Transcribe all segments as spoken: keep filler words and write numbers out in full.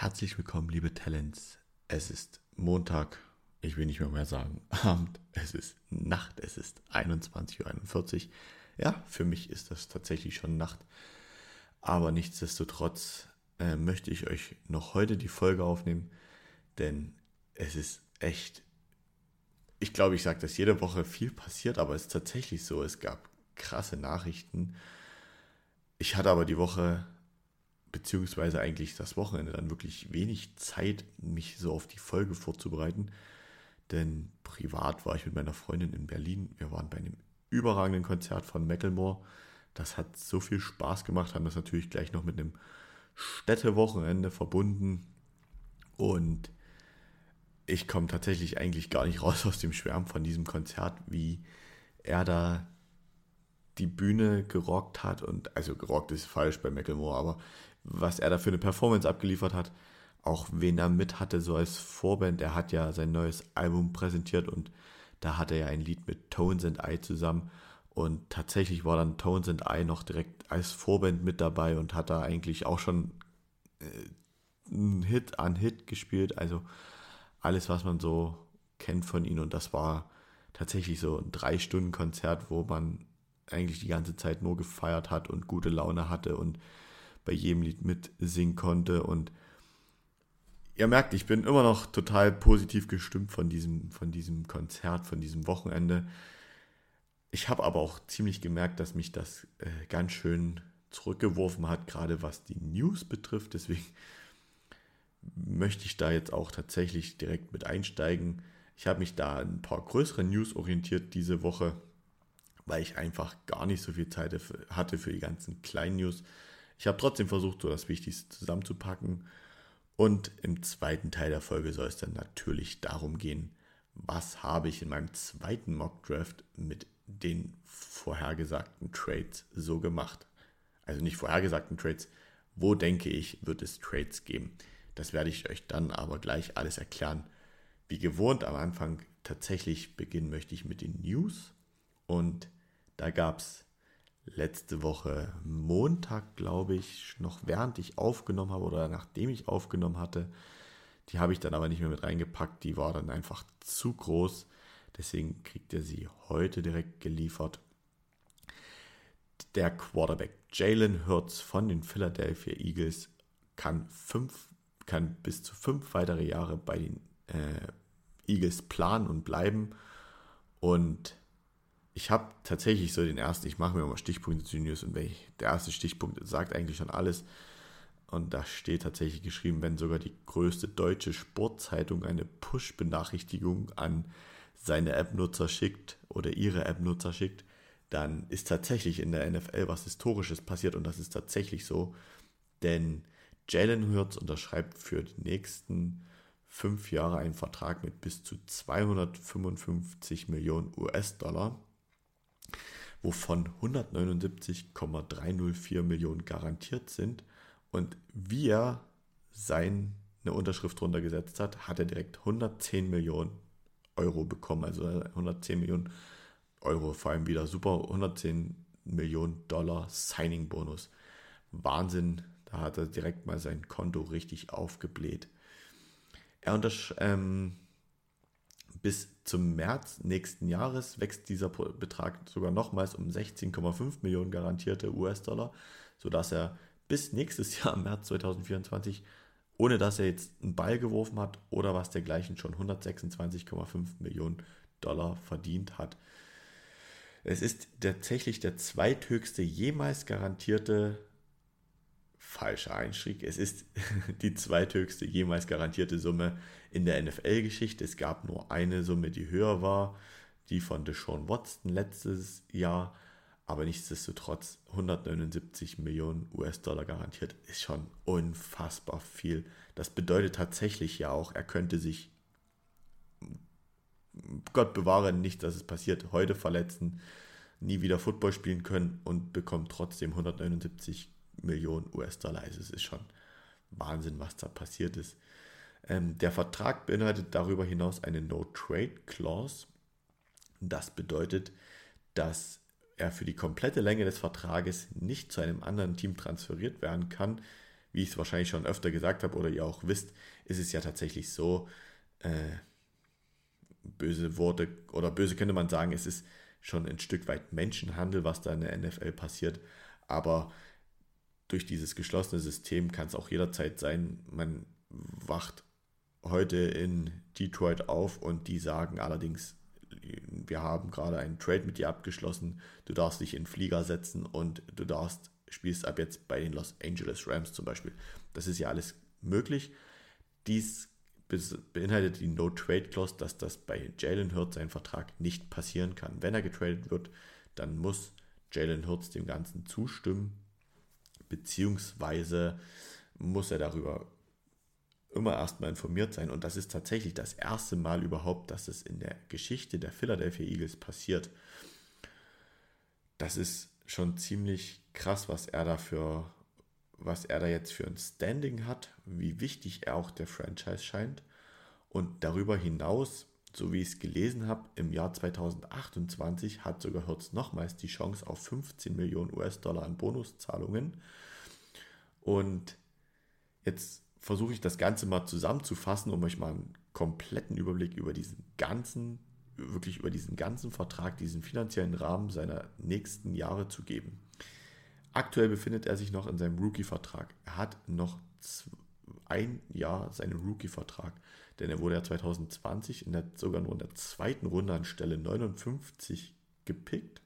Herzlich willkommen, liebe Talents. Es ist Montag, ich will nicht mehr mehr sagen Abend, es ist Nacht, es ist einundzwanzig Uhr einundvierzig. Ja, für mich ist das tatsächlich schon Nacht, aber nichtsdestotrotz äh, möchte ich euch noch heute die Folge aufnehmen, denn es ist echt, ich glaube, ich sage das jede Woche, viel passiert, aber es ist tatsächlich so, es gab krasse Nachrichten. Ich hatte aber die Woche beziehungsweise eigentlich das Wochenende dann wirklich wenig Zeit, mich so auf die Folge vorzubereiten. Denn privat war ich mit meiner Freundin in Berlin. Wir waren bei einem überragenden Konzert von Macklemore. Das hat so viel Spaß gemacht, haben das natürlich gleich noch mit einem Städtewochenende verbunden. Und ich komme tatsächlich eigentlich gar nicht raus aus dem Schwärmen von diesem Konzert, wie er da die Bühne gerockt hat. Und also gerockt ist falsch bei Macklemore, aber was er da für eine Performance abgeliefert hat, auch wen er mit hatte, so als Vorband. Er hat ja sein neues Album präsentiert und da hatte er ein Lied mit Tones and I zusammen und tatsächlich war dann Tones and I noch direkt als Vorband mit dabei und hat da eigentlich auch schon äh, einen Hit an Hit gespielt, also alles, was man so kennt von ihm, und das war tatsächlich so ein Drei-Stunden-Konzert, wo man eigentlich die ganze Zeit nur gefeiert hat und gute Laune hatte und bei jedem Lied mitsingen konnte. Und ihr merkt, ich bin immer noch total positiv gestimmt von diesem, von diesem Konzert, von diesem Wochenende. Ich habe aber auch ziemlich gemerkt, dass mich das äh, ganz schön zurückgeworfen hat, gerade was die News betrifft. Deswegen möchte ich da jetzt auch tatsächlich direkt mit einsteigen. Ich habe mich da an ein paar größere News orientiert diese Woche, weil ich einfach gar nicht so viel Zeit hatte für die ganzen kleinen News. Ich habe trotzdem versucht, so das Wichtigste zusammenzupacken. Und im zweiten Teil der Folge soll es dann natürlich darum gehen, was habe ich in meinem zweiten Mockdraft mit den vorhergesagten Trades so gemacht. Also nicht vorhergesagten Trades, wo denke ich, wird es Trades geben. Das werde ich euch dann aber gleich alles erklären. Wie gewohnt am Anfang tatsächlich beginnen möchte ich mit den News. Und da gab es letzte Woche Montag, glaube ich, noch während ich aufgenommen habe oder nachdem ich aufgenommen hatte. Die habe ich dann aber nicht mehr mit reingepackt. Die war dann einfach zu groß. Deswegen kriegt ihr sie heute direkt geliefert. Der Quarterback Jalen Hurts von den Philadelphia Eagles kann, fünf, kann bis zu fünf weitere Jahre bei den äh, Eagles planen und bleiben. Und ich habe tatsächlich so den ersten, ich mache mir immer Stichpunkte zu den News und der erste Stichpunkt sagt eigentlich schon alles. Und da steht tatsächlich geschrieben, wenn sogar die größte deutsche Sportzeitung eine Push-Benachrichtigung an seine App-Nutzer schickt oder ihre App-Nutzer schickt, dann ist tatsächlich in der N F L was Historisches passiert und das ist tatsächlich so. Denn Jalen Hurts unterschreibt für die nächsten fünf Jahre einen Vertrag mit bis zu zweihundertfünfundfünfzig Millionen U S-Dollar. Wovon hundertneunundsiebzig Komma dreihundertvier Millionen garantiert sind. Und wie er seine Unterschrift drunter gesetzt hat, hat er direkt hundertzehn Millionen Euro bekommen. Also hundertzehn Millionen Euro, vor allem wieder super, hundertzehn Millionen Dollar Signing-Bonus. Wahnsinn, da hat er direkt mal sein Konto richtig aufgebläht. Er untersch- ähm, Bis zum März nächsten Jahres wächst dieser Betrag sogar nochmals um sechzehn Komma fünf Millionen garantierte U S-Dollar, sodass er bis nächstes Jahr im März zweitausendvierundzwanzig, ohne dass er jetzt einen Ball geworfen hat oder was dergleichen, schon hundertsechsundzwanzig Komma fünf Millionen Dollar verdient hat. Es ist tatsächlich der zweithöchste jemals garantierte Falscher Einstieg. Es ist die zweithöchste jemals garantierte Summe in der N F L-Geschichte. Es gab nur eine Summe, die höher war, die von Deshaun Watson letztes Jahr. Aber nichtsdestotrotz hundertneunundsiebzig Millionen U S-Dollar garantiert ist schon unfassbar viel. Das bedeutet tatsächlich ja auch, er könnte sich, Gott bewahre nicht, dass es passiert, heute verletzen, nie wieder Football spielen können und bekommt trotzdem hundertneunundsiebzig Millionen U S-Dollar. Also es ist schon Wahnsinn, was da passiert ist. Ähm, der Vertrag beinhaltet darüber hinaus eine No-Trade-Clause. Das bedeutet, dass er für die komplette Länge des Vertrages nicht zu einem anderen Team transferiert werden kann, wie ich es wahrscheinlich schon öfter gesagt habe oder ihr auch wisst, ist es ja tatsächlich so, äh, böse Worte oder böse könnte man sagen, es ist schon ein Stück weit Menschenhandel, was da in der N F L passiert, aber durch dieses geschlossene System kann es auch jederzeit sein, man wacht heute in Detroit auf und die sagen allerdings, wir haben gerade einen Trade mit dir abgeschlossen, du darfst dich in den Flieger setzen und du darfst, spielst ab jetzt bei den Los Angeles Rams zum Beispiel. Das ist ja alles möglich. Dies beinhaltet die No-Trade-Clause, dass das bei Jalen Hurts seinen Vertrag nicht passieren kann. Wenn er getradet wird, dann muss Jalen Hurts dem Ganzen zustimmen, beziehungsweise muss er darüber immer erstmal informiert sein. Und das ist tatsächlich das erste Mal überhaupt, dass es in der Geschichte der Philadelphia Eagles passiert. Das ist schon ziemlich krass, was er dafür, was er da jetzt für ein Standing hat, wie wichtig er auch der Franchise scheint. Und darüber hinaus, so wie ich es gelesen habe, im Jahr zweitausendachtundzwanzig hat sogar Hurts nochmals die Chance auf fünfzehn Millionen U S-Dollar an Bonuszahlungen. Und jetzt versuche ich das Ganze mal zusammenzufassen, um euch mal einen kompletten Überblick über diesen ganzen, wirklich über diesen ganzen Vertrag, diesen finanziellen Rahmen seiner nächsten Jahre zu geben. Aktuell befindet er sich noch in seinem Rookie-Vertrag. Er hat noch ein Jahr seinen Rookie-Vertrag, denn er wurde ja zweitausendzwanzig in der, sogar nur in der zweiten Runde an Stelle neunundfünfzig gepickt.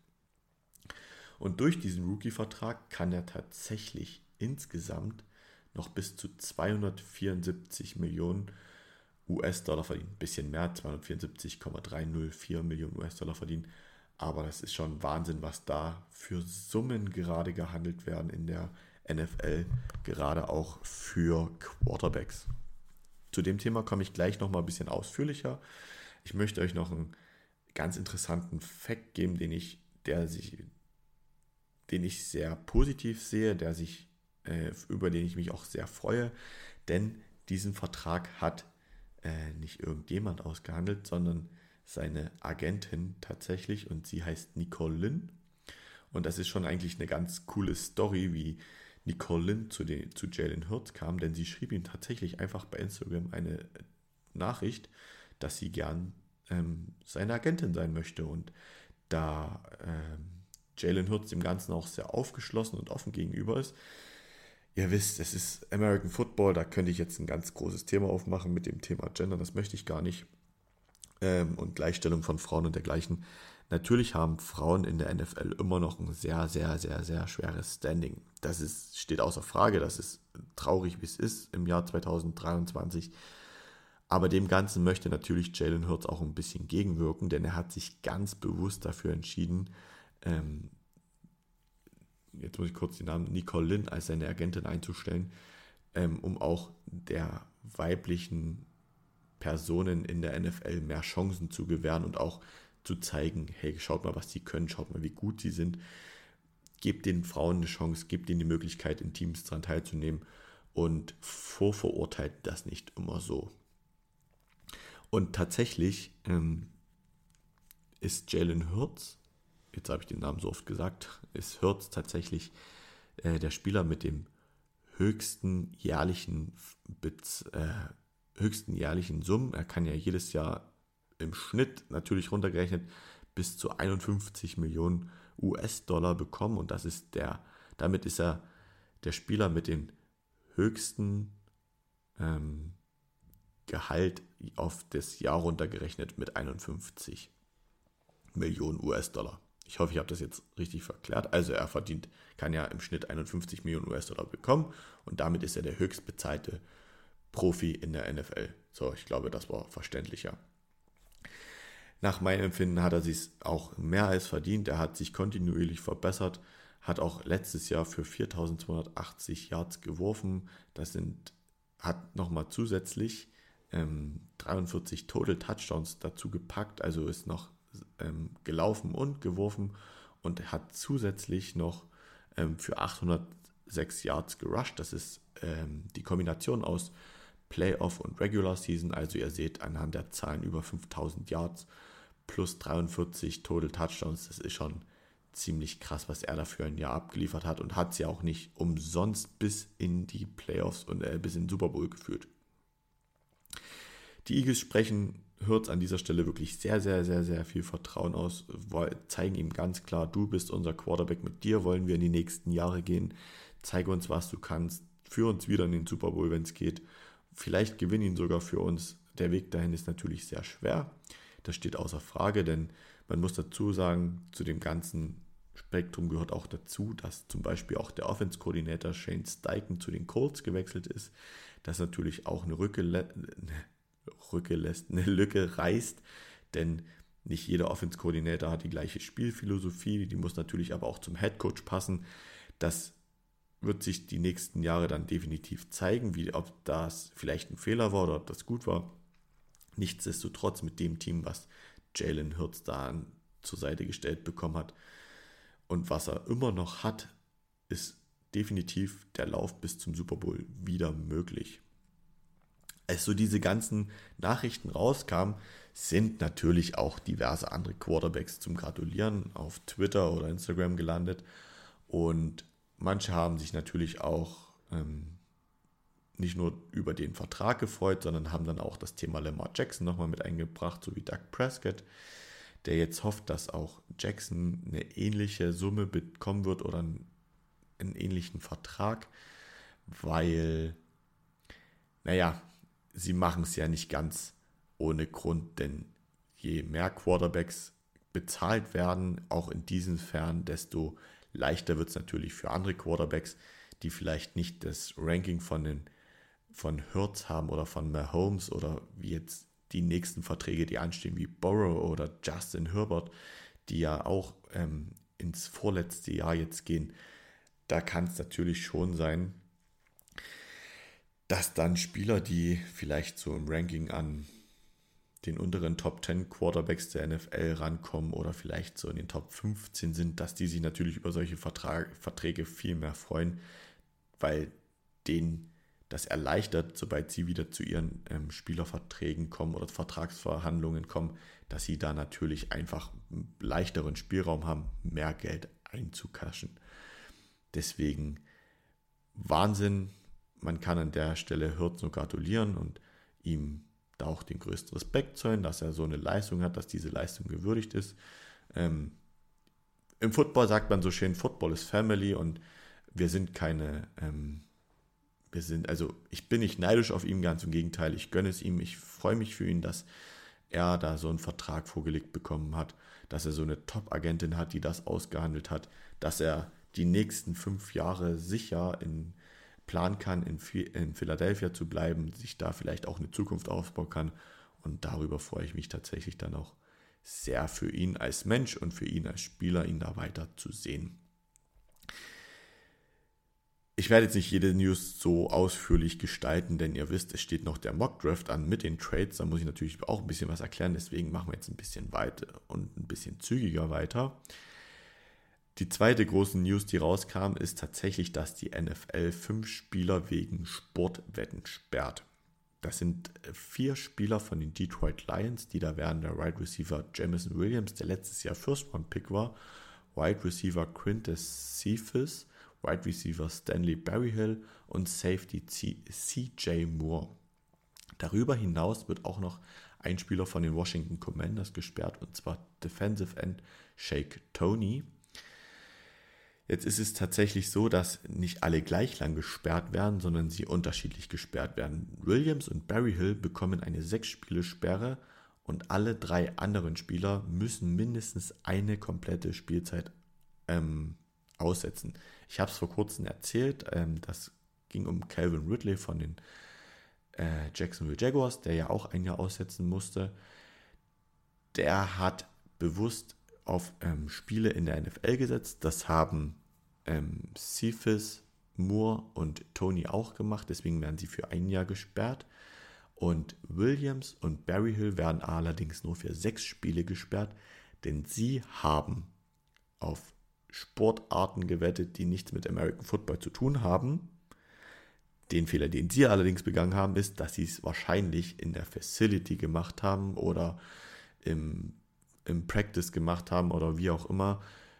Und durch diesen Rookie-Vertrag kann er tatsächlich insgesamt noch bis zu zweihundertvierundsiebzig Millionen U S-Dollar verdienen. Ein bisschen mehr, zweihundertvierundsiebzig Komma dreihundertvierer Millionen U S-Dollar verdienen. Aber das ist schon Wahnsinn, was da für Summen gerade gehandelt werden in der N F L, gerade auch für Quarterbacks. Zu dem Thema komme ich gleich nochmal ein bisschen ausführlicher. Ich möchte euch noch einen ganz interessanten Fact geben, den ich, der sich, den ich sehr positiv sehe, der sich, äh, über den ich mich auch sehr freue, denn diesen Vertrag hat äh, nicht irgendjemand ausgehandelt, sondern seine Agentin tatsächlich, und sie heißt Nicole Lynn. Und das ist schon eigentlich eine ganz coole Story, wie Nicole Lynn zu, den, zu Jalen Hurts kam, denn sie schrieb ihm tatsächlich einfach bei Instagram eine Nachricht, dass sie gern ähm, seine Agentin sein möchte. Und da ähm, Jalen Hurts dem Ganzen auch sehr aufgeschlossen und offen gegenüber ist, ihr wisst, es ist American Football, da könnte ich jetzt ein ganz großes Thema aufmachen mit dem Thema Gender, das möchte ich gar nicht. Ähm, und Gleichstellung von Frauen und dergleichen. Natürlich haben Frauen in der N F L immer noch ein sehr, sehr, sehr, sehr schweres Standing. Das ist, steht außer Frage, das ist traurig, wie es ist im Jahr zweitausenddreiundzwanzig. Aber dem Ganzen möchte natürlich Jalen Hurts auch ein bisschen gegenwirken, denn er hat sich ganz bewusst dafür entschieden, ähm, jetzt muss ich kurz den Namen Nicole Lynn als seine Agentin einzustellen, ähm, um auch der weiblichen Personen in der N F L mehr Chancen zu gewähren und auch zu zeigen, hey, schaut mal, was sie können, schaut mal, wie gut sie sind. Gebt den Frauen eine Chance, gebt ihnen die Möglichkeit, in Teams daran teilzunehmen und vorverurteilt das nicht immer so. Und tatsächlich ähm, ist Jalen Hurts, jetzt habe ich den Namen so oft gesagt, ist Hurts tatsächlich äh, der Spieler mit dem höchsten jährlichen Bez, äh, höchsten jährlichen Summen. Er kann ja jedes Jahr im Schnitt natürlich runtergerechnet bis zu einundfünfzig Millionen U S-Dollar bekommen und das ist der, damit ist er der Spieler mit dem höchsten ähm, Gehalt auf das Jahr runtergerechnet mit einundfünfzig Millionen U S-Dollar. Ich hoffe, ich habe das jetzt richtig verklärt. Also er verdient, kann ja im Schnitt einundfünfzig Millionen U S-Dollar bekommen und damit ist er der höchstbezahlte Profi in der N F L. So, ich glaube, das war verständlicher. Nach meinem Empfinden hat er sich auch mehr als verdient. Er hat sich kontinuierlich verbessert, hat auch letztes Jahr für viertausendzweihundertachtzig Yards geworfen. Das sind, hat nochmal zusätzlich ähm, dreiundvierzig Total Touchdowns dazu gepackt, also ist noch ähm, gelaufen und geworfen und hat zusätzlich noch ähm, für achthundertsechs Yards gerusht. Das ist ähm, die Kombination aus Playoff und Regular Season, also ihr seht anhand der Zahlen über fünftausend Yards plus dreiundvierzig Total Touchdowns, das ist schon ziemlich krass, was er dafür ein Jahr abgeliefert hat und hat sie auch nicht umsonst bis in die Playoffs und äh, bis in den Super Bowl geführt. Die Eagles sprechen Hurts an dieser Stelle wirklich sehr, sehr, sehr, sehr viel Vertrauen aus, zeigen ihm ganz klar, du bist unser Quarterback, mit dir wollen wir in die nächsten Jahre gehen, zeige uns, was du kannst, führ uns wieder in den Super Bowl, wenn es geht, vielleicht gewinn ihn sogar für uns. Der Weg dahin ist natürlich sehr schwer, das steht außer Frage, denn man muss dazu sagen, zu dem ganzen Spektrum gehört auch dazu, dass zum Beispiel auch der Offense-Koordinator Shane Steichen zu den Colts gewechselt ist, das natürlich auch eine Rücke, eine Rücke lässt, eine Lücke reißt, denn nicht jeder Offense-Koordinator hat die gleiche Spielphilosophie, die muss natürlich aber auch zum Headcoach passen. Das wird sich die nächsten Jahre dann definitiv zeigen, wie, ob das vielleicht ein Fehler war oder ob das gut war. Nichtsdestotrotz mit dem Team, was Jalen Hurts da zur Seite gestellt bekommen hat und was er immer noch hat, ist definitiv der Lauf bis zum Super Bowl wieder möglich. Als so diese ganzen Nachrichten rauskamen, sind natürlich auch diverse andere Quarterbacks zum Gratulieren auf Twitter oder Instagram gelandet und manche haben sich natürlich auch ähm, nicht nur über den Vertrag gefreut, sondern haben dann auch das Thema Lamar Jackson nochmal mit eingebracht, so wie Doug Prescott, der jetzt hofft, dass auch Jackson eine ähnliche Summe bekommen wird oder einen, einen ähnlichen Vertrag, weil, naja, sie machen es ja nicht ganz ohne Grund, denn je mehr Quarterbacks bezahlt werden, auch in diesen Fällen, desto leichter wird es natürlich für andere Quarterbacks, die vielleicht nicht das Ranking von den von Hurts haben oder von Mahomes oder wie jetzt die nächsten Verträge, die anstehen, wie Burrow oder Justin Herbert, die ja auch ähm, ins vorletzte Jahr jetzt gehen. Da kann es natürlich schon sein, dass dann Spieler, die vielleicht so im Ranking an den unteren Top zehn Quarterbacks der N F L rankommen oder vielleicht so in den Top fünfzehn sind, dass die sich natürlich über solche Vertrag, Verträge viel mehr freuen, weil denen das erleichtert, sobald sie wieder zu ihren ähm, Spielerverträgen kommen oder Vertragsverhandlungen kommen, dass sie da natürlich einfach einen leichteren Spielraum haben, mehr Geld einzukaschen. Deswegen Wahnsinn, man kann an der Stelle Hurts nur gratulieren und ihm da auch den größten Respekt zollen, dass er so eine Leistung hat, dass diese Leistung gewürdigt ist. Ähm, Im Football sagt man so schön, Football ist Family und wir sind keine... Ähm, Wir sind, also ich bin nicht neidisch auf ihn, ganz im Gegenteil, ich gönne es ihm, ich freue mich für ihn, dass er da so einen Vertrag vorgelegt bekommen hat, dass er so eine Top-Agentin hat, die das ausgehandelt hat, dass er die nächsten fünf Jahre sicher in, planen kann, in, in Philadelphia zu bleiben, sich da vielleicht auch eine Zukunft aufbauen kann und darüber freue ich mich tatsächlich dann auch sehr für ihn als Mensch und für ihn als Spieler, ihn da weiter zu sehen. Ich werde jetzt nicht jede News so ausführlich gestalten, denn ihr wisst, es steht noch der Mock-Draft an mit den Trades. Da muss ich natürlich auch ein bisschen was erklären, deswegen machen wir jetzt ein bisschen weiter und ein bisschen zügiger weiter. Die zweite große News, die rauskam, ist tatsächlich, dass die N F L fünf Spieler wegen Sportwetten sperrt. Das sind vier Spieler von den Detroit Lions, die da wären der Wide Receiver Jameson Williams, der letztes Jahr First-Round-Pick war, Wide Receiver Quintez Cephas, Wide Receiver Stanley Berryhill und Safety C J Moore. Darüber hinaus wird auch noch ein Spieler von den Washington Commanders gesperrt, und zwar Defensive End Shake Toney. Jetzt ist es tatsächlich so, dass nicht alle gleich lang gesperrt werden, sondern sie unterschiedlich gesperrt werden. Williams und Berryhill bekommen eine sechs-Spiele-Sperre und alle drei anderen Spieler müssen mindestens eine komplette Spielzeit ähm, aussetzen. Ich habe es vor kurzem erzählt, ähm, das ging um Calvin Ridley von den äh, Jacksonville Jaguars, der ja auch ein Jahr aussetzen musste. Der hat bewusst auf ähm, Spiele in der N F L gesetzt. Das haben ähm, Cephas, Moore und Toney auch gemacht, deswegen werden sie für ein Jahr gesperrt. Und Williams und Berryhill werden allerdings nur für sechs Spiele gesperrt, denn sie haben auf Sportarten gewettet, die nichts mit American Football zu tun haben. Den Fehler, den sie allerdings begangen haben, ist, dass sie es wahrscheinlich in der Facility gemacht haben oder im, im Practice gemacht haben oder wie auch immer.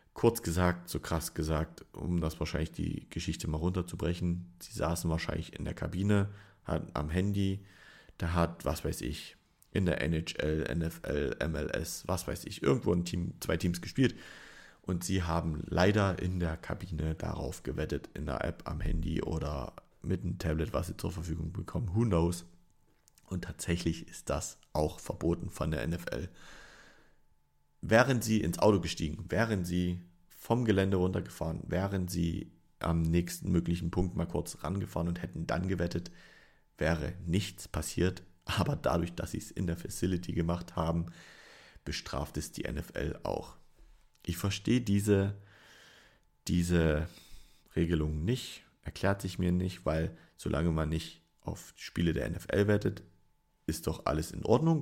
Kurz gesagt, so krass gesagt, um das wahrscheinlich die Geschichte mal runterzubrechen, sie saßen wahrscheinlich in der Kabine, hatten am Handy, da hat, was weiß ich, in der N H L, N F L, M L S, was weiß ich, irgendwo ein Team, zwei Teams gespielt. Und sie haben leider in der Kabine darauf gewettet, in der App am Handy oder mit einem Tablet, was sie zur Verfügung bekommen, who knows. Und tatsächlich ist das auch verboten von der N F L. Wären sie ins Auto gestiegen, wären sie vom Gelände runtergefahren, wären sie am nächsten möglichen Punkt mal kurz rangefahren und hätten dann gewettet, wäre nichts passiert. Aber dadurch, dass sie es in der Facility gemacht haben, bestraft es die N F L auch. Ich verstehe diese, diese Regelung nicht, erklärt sich mir nicht, weil solange man nicht auf Spiele der N F L wettet, ist doch alles in Ordnung.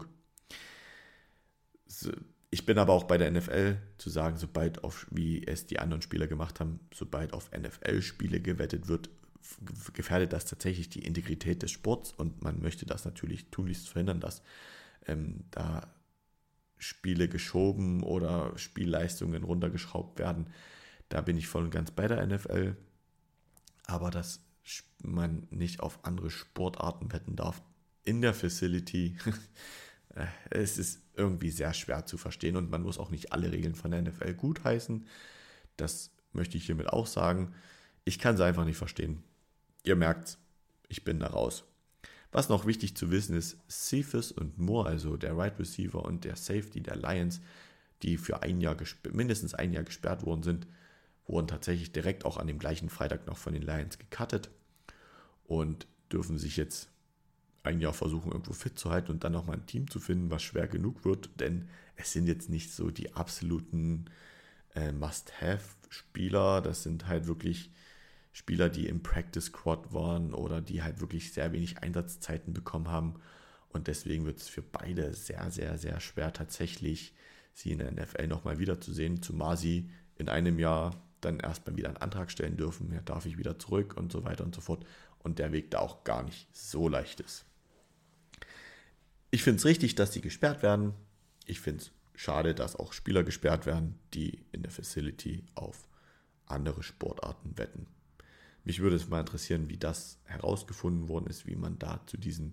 Ich bin aber auch bei der N F L zu sagen, sobald auf, wie es die anderen Spieler gemacht haben, sobald auf N F L-Spiele gewettet wird, gefährdet das tatsächlich die Integrität des Sports und man möchte das natürlich tunlichst verhindern, dass ähm, da Spiele geschoben oder Spielleistungen runtergeschraubt werden. Da bin ich voll und ganz bei der N F L. Aber dass man nicht auf andere Sportarten wetten darf in der Facility, es ist irgendwie sehr schwer zu verstehen und man muss auch nicht alle Regeln von der N F L gutheißen. Das möchte ich hiermit auch sagen. Ich kann es einfach nicht verstehen. Ihr merkt, ich bin da raus. Was noch wichtig zu wissen ist, Cephus und Moore, also der Right Receiver und der Safety der Lions, die für ein Jahr gesp- mindestens ein Jahr gesperrt worden sind, wurden tatsächlich direkt auch an dem gleichen Freitag noch von den Lions gecuttet und dürfen sich jetzt ein Jahr versuchen, irgendwo fit zu halten und dann nochmal ein Team zu finden, was schwer genug wird, denn es sind jetzt nicht so die absoluten äh, Must-Have-Spieler, das sind halt wirklich Spieler, die im Practice Squad waren oder die halt wirklich sehr wenig Einsatzzeiten bekommen haben. Und deswegen wird es für beide sehr, sehr, sehr schwer, tatsächlich sie in der N F L nochmal wiederzusehen, zumal sie in einem Jahr dann erstmal wieder einen Antrag stellen dürfen. Ja, darf ich wieder zurück und so weiter und so fort. Und der Weg da auch gar nicht so leicht ist. Ich finde es richtig, dass sie gesperrt werden. Ich finde es schade, dass auch Spieler gesperrt werden, die in der Facility auf andere Sportarten wetten. Mich würde es mal interessieren, wie das herausgefunden worden ist, wie man da zu diesem,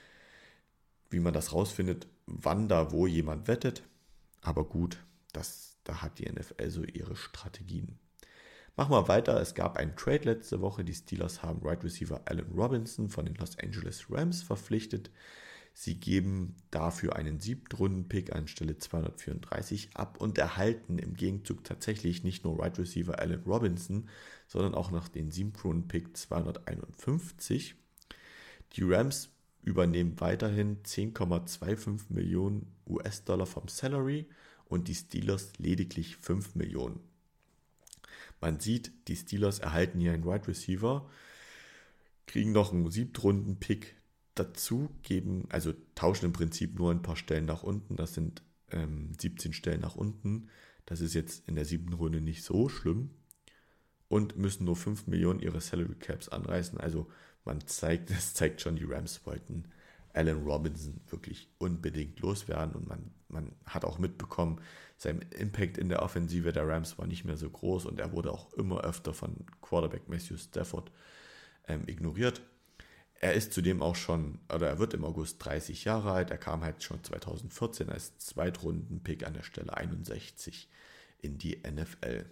wie man das rausfindet, wann da wo jemand wettet. Aber gut, das, da hat die N F L so ihre Strategien. Machen wir weiter. Es gab einen Trade letzte Woche. Die Steelers haben Right Receiver Allen Robinson von den Los Angeles Rams verpflichtet. Sie geben dafür einen Siebtrunden-Pick anstelle zweihundertvierunddreißig ab und erhalten im Gegenzug tatsächlich nicht nur Right Receiver Allen Robinson, sondern auch noch den Siebtrunden-Pick zweihunderteinundfünfzig. Die Rams übernehmen weiterhin zehn Komma fünfundzwanzig Millionen U S-Dollar vom Salary und die Steelers lediglich fünf Millionen. Man sieht, die Steelers erhalten hier einen Wide Receiver, kriegen noch einen Siebtrunden-Pick dazu, geben, also tauschen im Prinzip nur ein paar Stellen nach unten. Das sind ähm, siebzehn Stellen nach unten. Das ist jetzt in der siebten Runde nicht so schlimm. Und müssen nur fünf Millionen ihre Salary Caps anreißen. Also man zeigt, das zeigt schon, die Rams wollten Allen Robinson wirklich unbedingt loswerden. Und man, man hat auch mitbekommen, sein Impact in der Offensive der Rams war nicht mehr so groß. Und er wurde auch immer öfter von Quarterback Matthew Stafford ähm, ignoriert. Er ist zudem auch schon, oder er wird im August dreißig Jahre alt. Er kam halt schon zweitausendvierzehn als Zweitrunden-Pick an der Stelle einundsechzig in die N F L.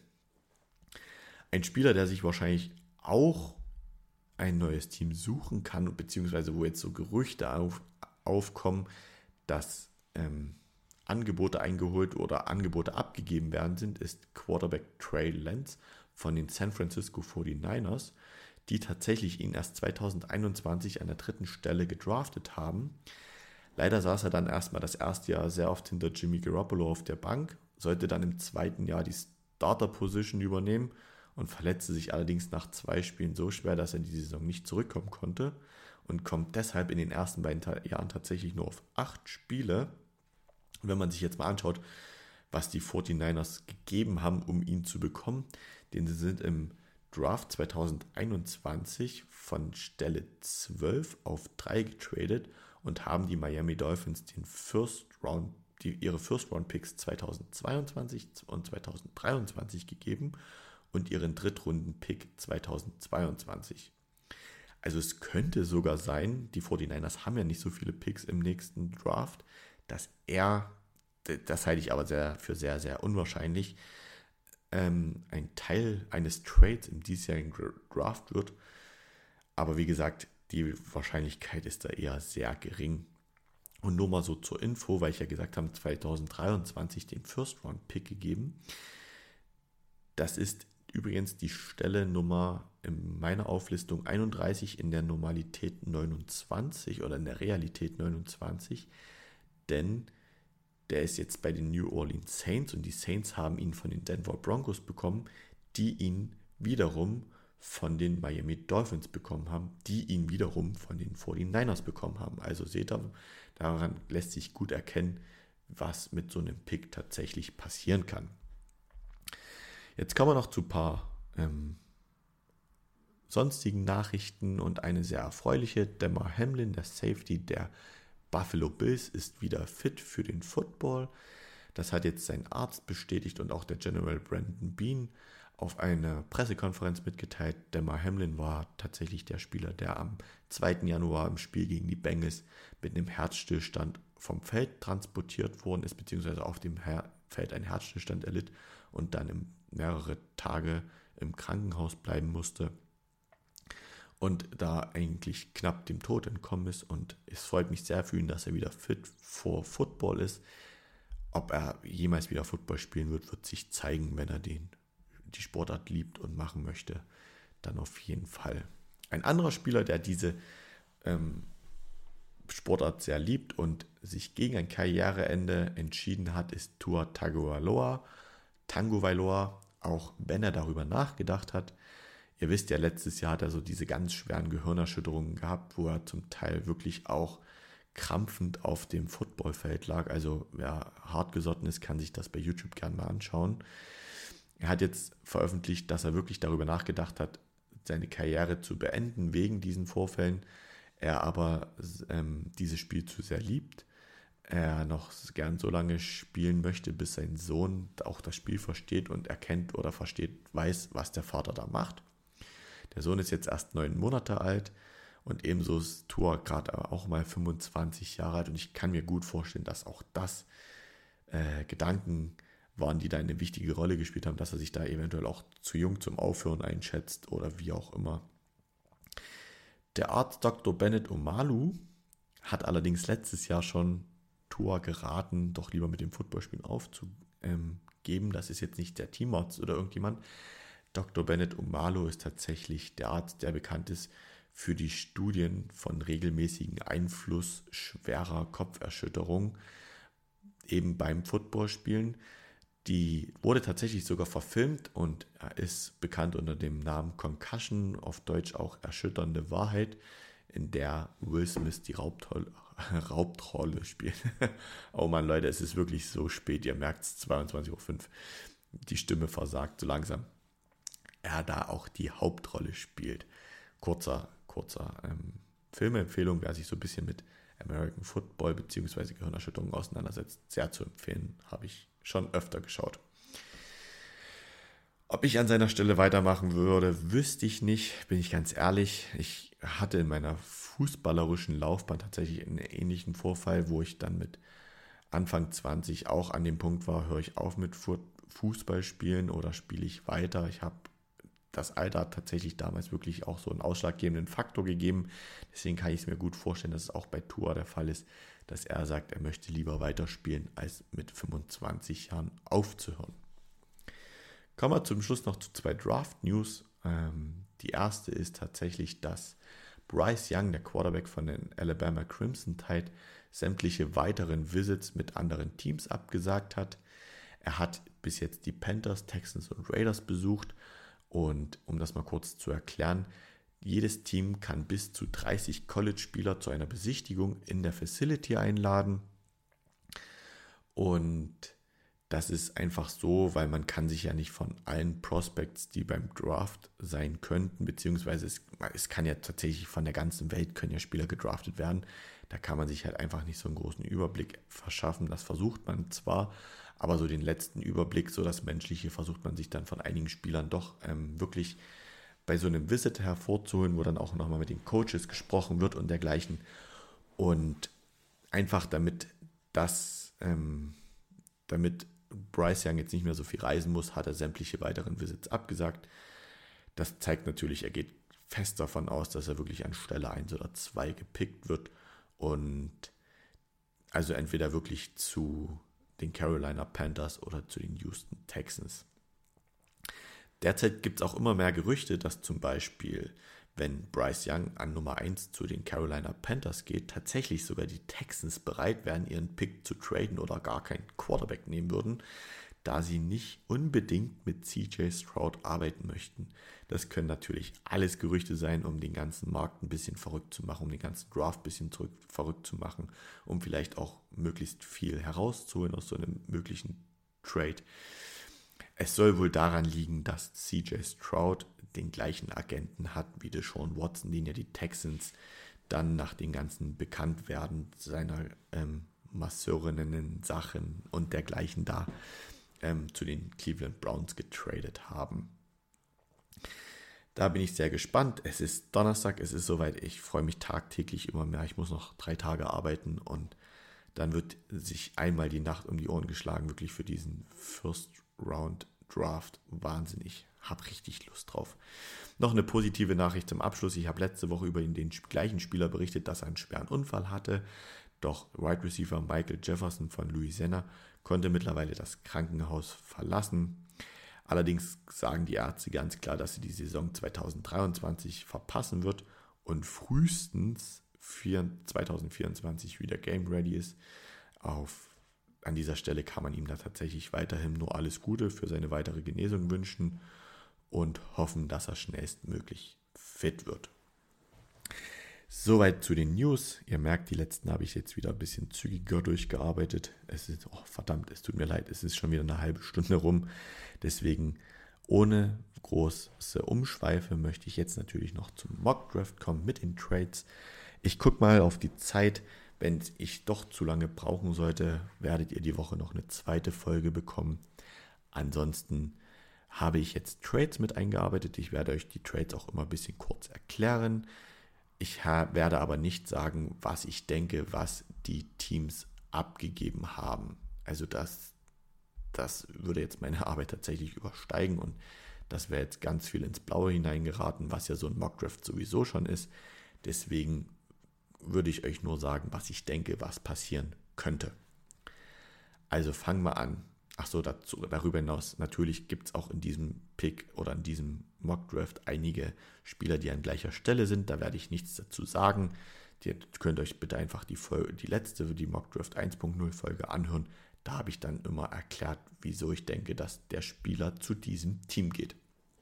Ein Spieler, der sich wahrscheinlich auch ein neues Team suchen kann, beziehungsweise wo jetzt so Gerüchte auf, aufkommen, dass ähm, Angebote eingeholt oder Angebote abgegeben werden sind, ist Quarterback Trey Lance von den San Francisco forty-niners, die tatsächlich ihn erst zweitausendeinundzwanzig an der dritten Stelle gedraftet haben. Leider saß er dann erstmal das erste Jahr sehr oft hinter Jimmy Garoppolo auf der Bank, sollte dann im zweiten Jahr die Starter-Position übernehmen und verletzte sich allerdings nach zwei Spielen so schwer, dass er in die Saison nicht zurückkommen konnte und kommt deshalb in den ersten beiden Jahren tatsächlich nur auf acht Spiele. Und wenn man sich jetzt mal anschaut, was die forty-niners gegeben haben, um ihn zu bekommen, denn sie sind im Draft zweitausendeinundzwanzig von Stelle zwölf auf drei getradet und haben die Miami Dolphins den First Round, die, ihre First-Round-Picks zweitausendzweiundzwanzig und zweitausenddreiundzwanzig gegeben und ihren Drittrunden-Pick zweitausendzweiundzwanzig. Also es könnte sogar sein, die forty-niners haben ja nicht so viele Picks im nächsten Draft, dass er, das halte ich aber sehr, für sehr, sehr unwahrscheinlich, ähm, ein Teil eines Trades im diesjährigen Draft wird. Aber wie gesagt, die Wahrscheinlichkeit ist da eher sehr gering. Und nur mal so zur Info, weil ich ja gesagt habe, zweitausenddreiundzwanzig den First-Round-Pick gegeben. Das ist übrigens die Stelle Nummer in meiner Auflistung einunddreißig, in der Normalität neunundzwanzig oder in der Realität neunundzwanzig, denn der ist jetzt bei den New Orleans Saints und die Saints haben ihn von den Denver Broncos bekommen, die ihn wiederum von den Miami Dolphins bekommen haben, die ihn wiederum von den forty-niners bekommen haben. Also seht ihr, daran lässt sich gut erkennen, was mit so einem Pick tatsächlich passieren kann. Jetzt kommen wir noch zu ein paar ähm, sonstigen Nachrichten und eine sehr erfreuliche. Damar Hamlin, der Safety der Buffalo Bills, ist wieder fit für den Football. Das hat jetzt sein Arzt bestätigt und auch der General Brandon Beane auf einer Pressekonferenz mitgeteilt. Damar Hamlin war tatsächlich der Spieler, der am zweiten Januar im Spiel gegen die Bengals mit einem Herzstillstand vom Feld transportiert worden ist, beziehungsweise auf dem Her- Feld einen Herzstillstand erlitt und dann im, mehrere Tage im Krankenhaus bleiben musste und da eigentlich knapp dem Tod entkommen ist. Und es freut mich sehr für ihn, dass er wieder fit for Football ist. Ob er jemals wieder Football spielen wird, wird sich zeigen, wenn er den, die Sportart liebt und machen möchte. Dann auf jeden Fall. Ein anderer Spieler, der diese ähm, Sportart sehr liebt und sich gegen ein Karriereende entschieden hat, ist Tua Tagovailoa. Tagovailoa, auch wenn er darüber nachgedacht hat. Ihr wisst ja, letztes Jahr hat er so diese ganz schweren Gehirnerschütterungen gehabt, wo er zum Teil wirklich auch krampfend auf dem Footballfeld lag. Also wer hartgesotten ist, kann sich das bei YouTube gerne mal anschauen. Er hat jetzt veröffentlicht, dass er wirklich darüber nachgedacht hat, seine Karriere zu beenden wegen diesen Vorfällen. Er aber ähm, dieses Spiel zu sehr liebt. Er noch gern so lange spielen möchte, bis sein Sohn auch das Spiel versteht und erkennt oder versteht, weiß, was der Vater da macht. Der Sohn ist jetzt erst neun Monate alt und ebenso ist Tua gerade auch mal fünfundzwanzig Jahre alt und ich kann mir gut vorstellen, dass auch das äh, Gedanken waren, die da eine wichtige Rolle gespielt haben, dass er sich da eventuell auch zu jung zum Aufhören einschätzt oder wie auch immer. Der Arzt Doktor Bennett Omalu hat allerdings letztes Jahr schon Tua geraten, doch lieber mit dem Footballspielen aufzugeben. Das ist jetzt nicht der Teamarzt oder irgendjemand. Doktor Bennett Omalu ist tatsächlich der Arzt, der bekannt ist für die Studien von regelmäßigen Einfluss schwerer Kopferschütterung eben beim Footballspielen. Die wurde tatsächlich sogar verfilmt und ist bekannt unter dem Namen Concussion, auf Deutsch auch erschütternde Wahrheit, in der Will Smith die Hauptrolle, Hauptrolle spielt. Oh Mann, Leute, es ist wirklich so spät, ihr merkt es, zweiundzwanzig Uhr fünf, die Stimme versagt so langsam. Er da auch die Hauptrolle spielt. Kurzer, kurzer ähm, Filmempfehlung, wer sich so ein bisschen mit American Football bzw. Gehirnerschütterungen auseinandersetzt, sehr zu empfehlen, habe ich schon öfter geschaut. Ob ich an seiner Stelle weitermachen würde, wüsste ich nicht, bin ich ganz ehrlich. Ich hatte in meiner fußballerischen Laufbahn tatsächlich einen ähnlichen Vorfall, wo ich dann mit Anfang zwanzig auch an dem Punkt war, höre ich auf mit Fußball spielen oder spiele ich weiter. Ich habe das Alter hat tatsächlich damals wirklich auch so einen ausschlaggebenden Faktor gegeben. Deswegen kann ich es mir gut vorstellen, dass es auch bei Tua der Fall ist, dass er sagt, er möchte lieber weiterspielen, als mit fünfundzwanzig Jahren aufzuhören. Kommen wir zum Schluss noch zu zwei Draft-News. Ähm, die erste ist tatsächlich, dass Bryce Young, der Quarterback von den Alabama Crimson Tide, sämtliche weiteren Visits mit anderen Teams abgesagt hat. Er hat bis jetzt die Panthers, Texans und Raiders besucht. Und um das mal kurz zu erklären, jedes Team kann bis zu dreißig College-Spieler zu einer Besichtigung in der Facility einladen. Und Das ist einfach so, weil man kann sich ja nicht von allen Prospects, die beim Draft sein könnten, beziehungsweise es, es kann ja tatsächlich von der ganzen Welt, können ja Spieler gedraftet werden. Da kann man sich halt einfach nicht so einen großen Überblick verschaffen. Das versucht man zwar, aber so den letzten Überblick, so das Menschliche, versucht man sich dann von einigen Spielern doch ähm, wirklich bei so einem Visit hervorzuholen, wo dann auch nochmal mit den Coaches gesprochen wird und dergleichen. Und einfach damit das, ähm, damit Bryce Young jetzt nicht mehr so viel reisen muss, hat er sämtliche weiteren Visits abgesagt. Das zeigt natürlich, er geht fest davon aus, dass er wirklich an Stelle eins oder zwei gepickt wird und also entweder wirklich zu den Carolina Panthers oder zu den Houston Texans. Derzeit gibt es auch immer mehr Gerüchte, dass zum Beispiel, wenn Bryce Young an Nummer eins zu den Carolina Panthers geht, tatsächlich sogar die Texans bereit wären, ihren Pick zu traden oder gar keinen Quarterback nehmen würden, da sie nicht unbedingt mit C J Stroud arbeiten möchten. Das können natürlich alles Gerüchte sein, um den ganzen Markt ein bisschen verrückt zu machen, um den ganzen Draft ein bisschen zurück, verrückt zu machen, um vielleicht auch möglichst viel herauszuholen aus so einem möglichen Trade. Es soll wohl daran liegen, dass C J Stroud den gleichen Agenten hat wie Deshaun Watson, den ja die Texans dann nach den ganzen Bekanntwerden seiner ähm, Masseurinnen, Sachen und dergleichen da ähm, zu den Cleveland Browns getradet haben. Da bin ich sehr gespannt. Es ist Donnerstag, es ist soweit. Ich freue mich tagtäglich immer mehr. Ich muss noch drei Tage arbeiten und dann wird sich einmal die Nacht um die Ohren geschlagen, wirklich für diesen First Round Draft. Wahnsinnig. Hab richtig Lust drauf. Noch eine positive Nachricht zum Abschluss. Ich habe letzte Woche über den gleichen Spieler berichtet, dass er einen schweren Unfall hatte. Doch Wide Receiver Michael Jefferson von Louisiana konnte mittlerweile das Krankenhaus verlassen. Allerdings sagen die Ärzte ganz klar, dass sie die Saison zwanzig dreiundzwanzig verpassen wird und frühestens zwanzig vierundzwanzig wieder Game Ready ist. Auf, an dieser Stelle kann man ihm da tatsächlich weiterhin nur alles Gute für seine weitere Genesung wünschen und hoffen, dass er schnellstmöglich fit wird. Soweit zu den News. Ihr merkt, die letzten habe ich jetzt wieder ein bisschen zügiger durchgearbeitet. Es ist, oh verdammt, es tut mir leid, es ist schon wieder eine halbe Stunde rum. Deswegen ohne große Umschweife möchte ich jetzt natürlich noch zum Mock Draft kommen mit den Trades. Ich gucke mal auf die Zeit. Wenn ich doch zu lange brauchen sollte, werdet ihr die Woche noch eine zweite Folge bekommen. Ansonsten habe ich jetzt Trades mit eingearbeitet. Ich werde euch die Trades auch immer ein bisschen kurz erklären. Ich werde aber nicht sagen, was ich denke, was die Teams abgegeben haben. Also das, das würde jetzt meine Arbeit tatsächlich übersteigen und das wäre jetzt ganz viel ins Blaue hineingeraten, was ja so ein Mockdraft sowieso schon ist. Deswegen würde ich euch nur sagen, was ich denke, was passieren könnte. Also fangen wir an. Achso, dazu, darüber hinaus, natürlich gibt es auch in diesem Pick oder in diesem Mockdraft einige Spieler, die an gleicher Stelle sind. Da werde ich nichts dazu sagen. Ihr könnt euch bitte einfach die, Folge, die letzte, die Mockdraft eins Punkt null Folge anhören. Da habe ich dann immer erklärt, wieso ich denke, dass der Spieler zu diesem Team geht.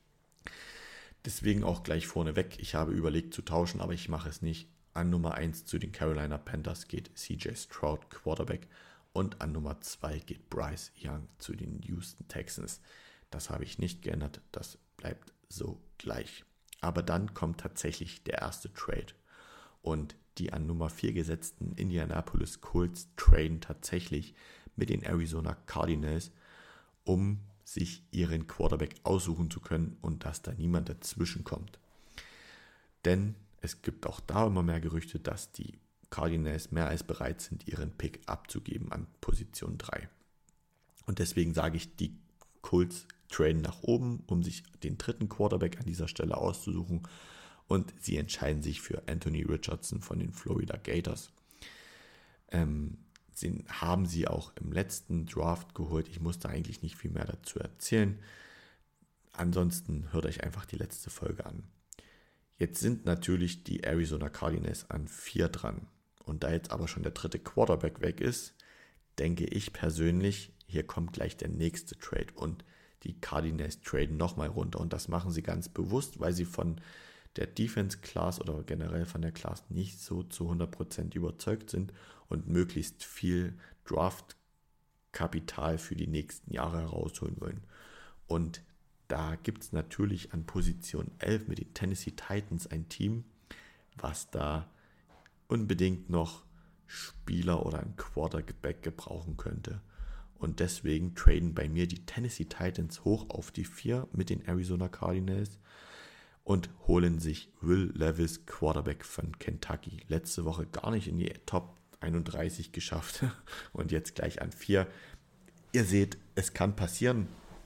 Deswegen auch gleich vorneweg, ich habe überlegt zu tauschen, aber ich mache es nicht. An Nummer eins zu den Carolina Panthers geht C J Stroud, Quarterback. Und an Nummer zwei geht Bryce Young zu den Houston Texans. Das habe ich nicht geändert, das bleibt so gleich. Aber dann kommt tatsächlich der erste Trade. Und die an Nummer vier gesetzten Indianapolis Colts traden tatsächlich mit den Arizona Cardinals, um sich ihren Quarterback aussuchen zu können und dass da niemand dazwischen kommt. Denn es gibt auch da immer mehr Gerüchte, dass die Cardinals mehr als bereit sind, ihren Pick abzugeben an Position drei. Und deswegen sage ich, die Colts traden nach oben, um sich den dritten Quarterback an dieser Stelle auszusuchen. Und sie entscheiden sich für Anthony Richardson von den Florida Gators. Ähm, den haben sie auch im letzten Draft geholt. Ich musste eigentlich nicht viel mehr dazu erzählen. Ansonsten hört euch einfach die letzte Folge an. Jetzt sind natürlich die Arizona Cardinals an vier dran. Und da jetzt aber schon der dritte Quarterback weg ist, denke ich persönlich, hier kommt gleich der nächste Trade. Und die Cardinals traden nochmal runter. Und das machen sie ganz bewusst, weil sie von der Defense-Class oder generell von der Class nicht so zu hundert Prozent überzeugt sind und möglichst viel Draft Kapital für die nächsten Jahre herausholen wollen. Und da gibt es natürlich an Position elf mit den Tennessee Titans ein Team, was da unbedingt noch Spieler oder ein Quarterback gebrauchen könnte. Und deswegen traden bei mir die Tennessee Titans hoch auf die vier mit den Arizona Cardinals und holen sich Will Levis, Quarterback von Kentucky. Letzte Woche gar nicht in die Top einunddreißig geschafft und jetzt gleich an vier. Ihr seht, es kann passieren.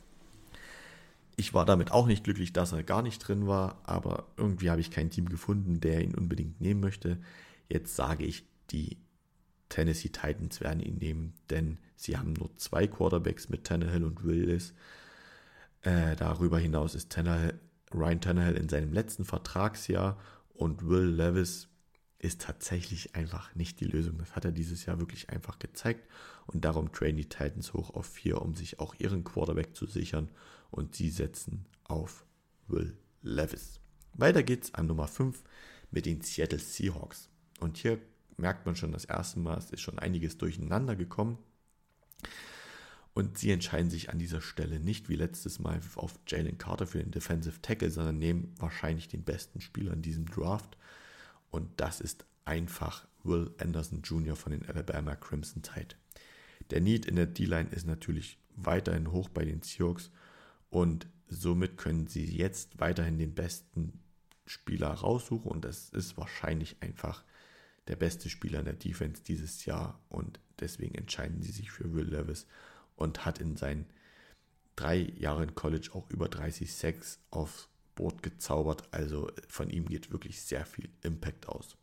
Ich war damit auch nicht glücklich, dass er gar nicht drin war, aber irgendwie habe ich kein Team gefunden, der ihn unbedingt nehmen möchte. Jetzt sage ich, die Tennessee Titans werden ihn nehmen, denn sie haben nur zwei Quarterbacks mit Tannehill und Willis. Äh, darüber hinaus ist Tannehill, Ryan Tannehill in seinem letzten Vertragsjahr und Will Levis ist tatsächlich einfach nicht die Lösung. Das hat er dieses Jahr wirklich einfach gezeigt und darum traden die Titans hoch auf vier, um sich auch ihren Quarterback zu sichern und sie setzen auf Will Levis. Weiter geht's an Nummer fünf mit den Seattle Seahawks. Und hier merkt man schon das erste Mal, es ist schon einiges durcheinander gekommen. Und sie entscheiden sich an dieser Stelle nicht wie letztes Mal auf Jalen Carter für den Defensive Tackle, sondern nehmen wahrscheinlich den besten Spieler in diesem Draft. Und das ist einfach Will Anderson Junior von den Alabama Crimson Tide. Der Need in der D-Line ist natürlich weiterhin hoch bei den Seahawks und somit können sie jetzt weiterhin den besten Spieler raussuchen und das ist wahrscheinlich einfach der beste Spieler in der Defense dieses Jahr und deswegen entscheiden sie sich für Will Levis und hat in seinen drei Jahren College auch über dreißig Sacks aufs Board gezaubert, also von ihm geht wirklich sehr viel Impact aus.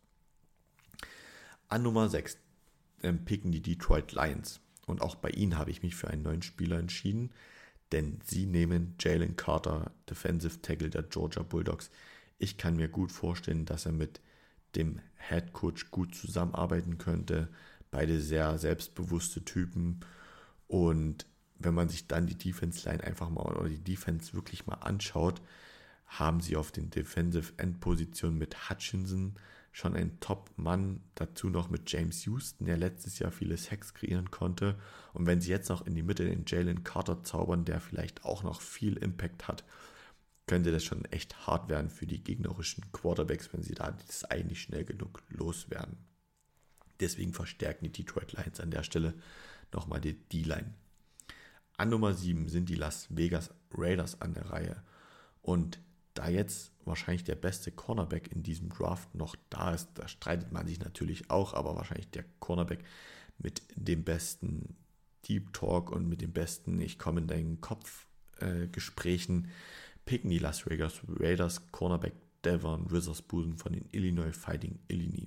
An Nummer sechs ähm, picken die Detroit Lions und auch bei ihnen habe ich mich für einen neuen Spieler entschieden, denn sie nehmen Jalen Carter, Defensive Tackle der Georgia Bulldogs. Ich kann mir gut vorstellen, dass er mit dem Head Coach gut zusammenarbeiten könnte. Beide sehr selbstbewusste Typen. Und wenn man sich dann die Defense Line einfach mal oder die Defense wirklich mal anschaut, haben sie auf den Defensive End Positionen mit Hutchinson schon einen Top-Mann, dazu noch mit James Houston, der letztes Jahr viele Sacks kreieren konnte. Und wenn sie jetzt noch in die Mitte den Jalen Carter zaubern, der vielleicht auch noch viel Impact hat, könnte das schon echt hart werden für die gegnerischen Quarterbacks, wenn sie da das eigentlich schnell genug loswerden. Deswegen verstärken die Detroit Lions an der Stelle nochmal die D-Line. An Nummer sieben sind die Las Vegas Raiders an der Reihe. Und da jetzt wahrscheinlich der beste Cornerback in diesem Draft noch da ist, da streitet man sich natürlich auch, aber wahrscheinlich der Cornerback mit dem besten Deep Talk und mit dem besten Ich komme in deinen Kopf äh, Gesprächen picken die Las Vegas Raiders Cornerback Devon Witherspoon von den Illinois Fighting Illini.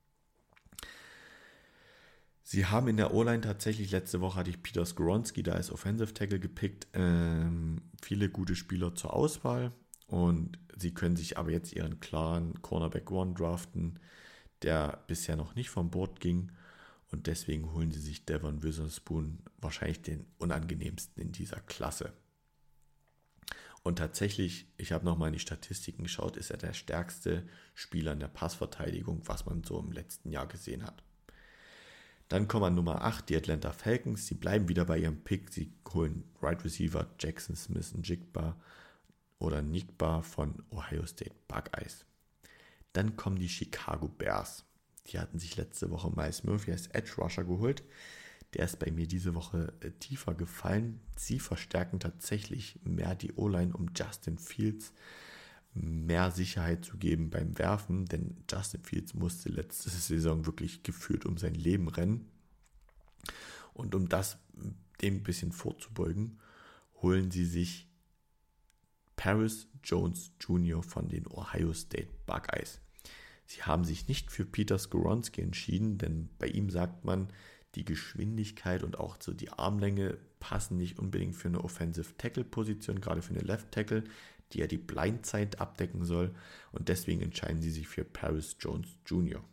Sie haben in der O-Line tatsächlich, letzte Woche hatte ich Peter Skoronski da als Offensive Tackle gepickt, ähm, viele gute Spieler zur Auswahl und sie können sich aber jetzt ihren klaren Cornerback One draften, der bisher noch nicht vom Board ging und deswegen holen sie sich Devon Witherspoon, wahrscheinlich den unangenehmsten in dieser Klasse. Und tatsächlich, ich habe nochmal in die Statistiken geschaut, ist er der stärkste Spieler in der Passverteidigung, was man so im letzten Jahr gesehen hat. Dann kommen an Nummer acht die Atlanta Falcons. Sie bleiben wieder bei ihrem Pick. Sie holen Right Receiver Jackson Smith-Njigba oder Njigba von Ohio State Buckeyes. Dann kommen die Chicago Bears. Die hatten sich letzte Woche Miles Murphy als Edge Rusher geholt. Der ist bei mir diese Woche äh, tiefer gefallen. Sie verstärken tatsächlich mehr die O-Line, um Justin Fields mehr Sicherheit zu geben beim Werfen, denn Justin Fields musste letzte Saison wirklich gefühlt um sein Leben rennen. Und um das dem ein bisschen vorzubeugen, holen sie sich Paris Jones Junior von den Ohio State Buckeyes. Sie haben sich nicht für Peter Skoronski entschieden, denn bei ihm sagt man, die Geschwindigkeit und auch so die Armlänge passen nicht unbedingt für eine Offensive Tackle Position, gerade für eine Left Tackle, die ja die Blindside abdecken soll und deswegen entscheiden sie sich für Paris Jones Junior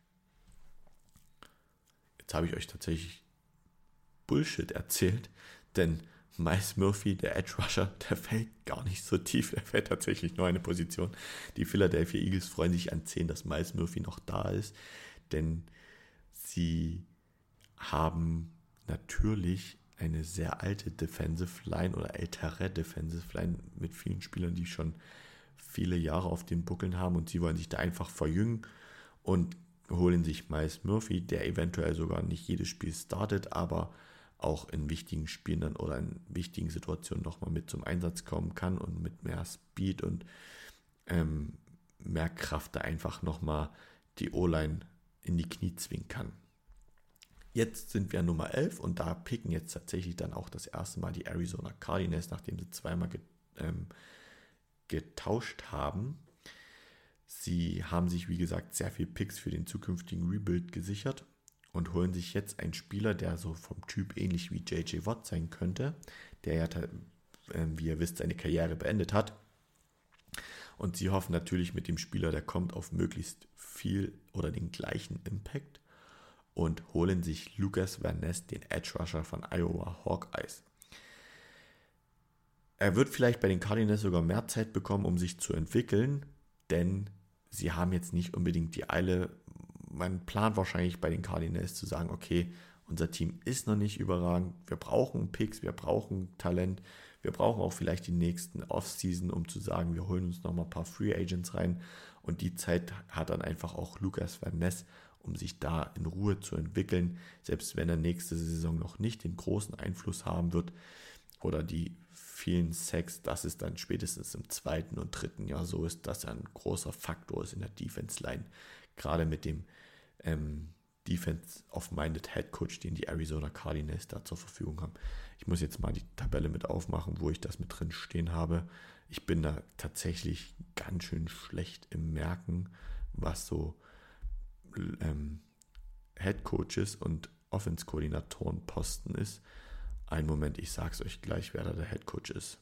Jetzt habe ich euch tatsächlich Bullshit erzählt, denn Miles Murphy, der Edge Rusher, der fällt gar nicht so tief, der fällt tatsächlich nur eine Position. Die Philadelphia Eagles freuen sich an zehn, dass Miles Murphy noch da ist, denn sie haben natürlich eine sehr alte Defensive Line oder ältere Defensive Line mit vielen Spielern, die schon viele Jahre auf den Buckeln haben und sie wollen sich da einfach verjüngen und holen sich Myles Murphy, der eventuell sogar nicht jedes Spiel startet, aber auch in wichtigen Spielen dann oder in wichtigen Situationen nochmal mit zum Einsatz kommen kann und mit mehr Speed und ähm, mehr Kraft da einfach nochmal die O-Line in die Knie zwingen kann. Jetzt sind wir Nummer elf und da picken jetzt tatsächlich dann auch das erste Mal die Arizona Cardinals, nachdem sie zweimal get, ähm, getauscht haben. Sie haben sich, wie gesagt, sehr viel Picks für den zukünftigen Rebuild gesichert und holen sich jetzt einen Spieler, der so vom Typ ähnlich wie J J Watt sein könnte, der ja, äh, wie ihr wisst, seine Karriere beendet hat. Und sie hoffen natürlich mit dem Spieler, der kommt, auf möglichst viel oder den gleichen Impact und holen sich Lucas Van Ness, den Edge Rusher von Iowa Hawkeyes. Er wird vielleicht bei den Cardinals sogar mehr Zeit bekommen, um sich zu entwickeln, denn sie haben jetzt nicht unbedingt die Eile. Man plant wahrscheinlich bei den Cardinals zu sagen, okay, unser Team ist noch nicht überragend, wir brauchen Picks, wir brauchen Talent, wir brauchen auch vielleicht die nächsten Offseason, um zu sagen, wir holen uns noch mal ein paar Free Agents rein und die Zeit hat dann einfach auch Lucas Van Ness, um sich da in Ruhe zu entwickeln, selbst wenn er nächste Saison noch nicht den großen Einfluss haben wird oder die vielen Sacks, dass es dann spätestens im zweiten und dritten Jahr so ist, dass er ein großer Faktor ist in der Defense-Line, gerade mit dem ähm, Defense-of-Minded Head Coach, den die Arizona Cardinals da zur Verfügung haben. Ich muss jetzt mal die Tabelle mit aufmachen, wo ich das mit drin stehen habe. Ich bin da tatsächlich ganz schön schlecht im Merken, was so ähm, Head Coaches und Offense-Koordinatoren Posten ist. Einen Moment, ich sag's euch gleich, wer da der Head Coach ist.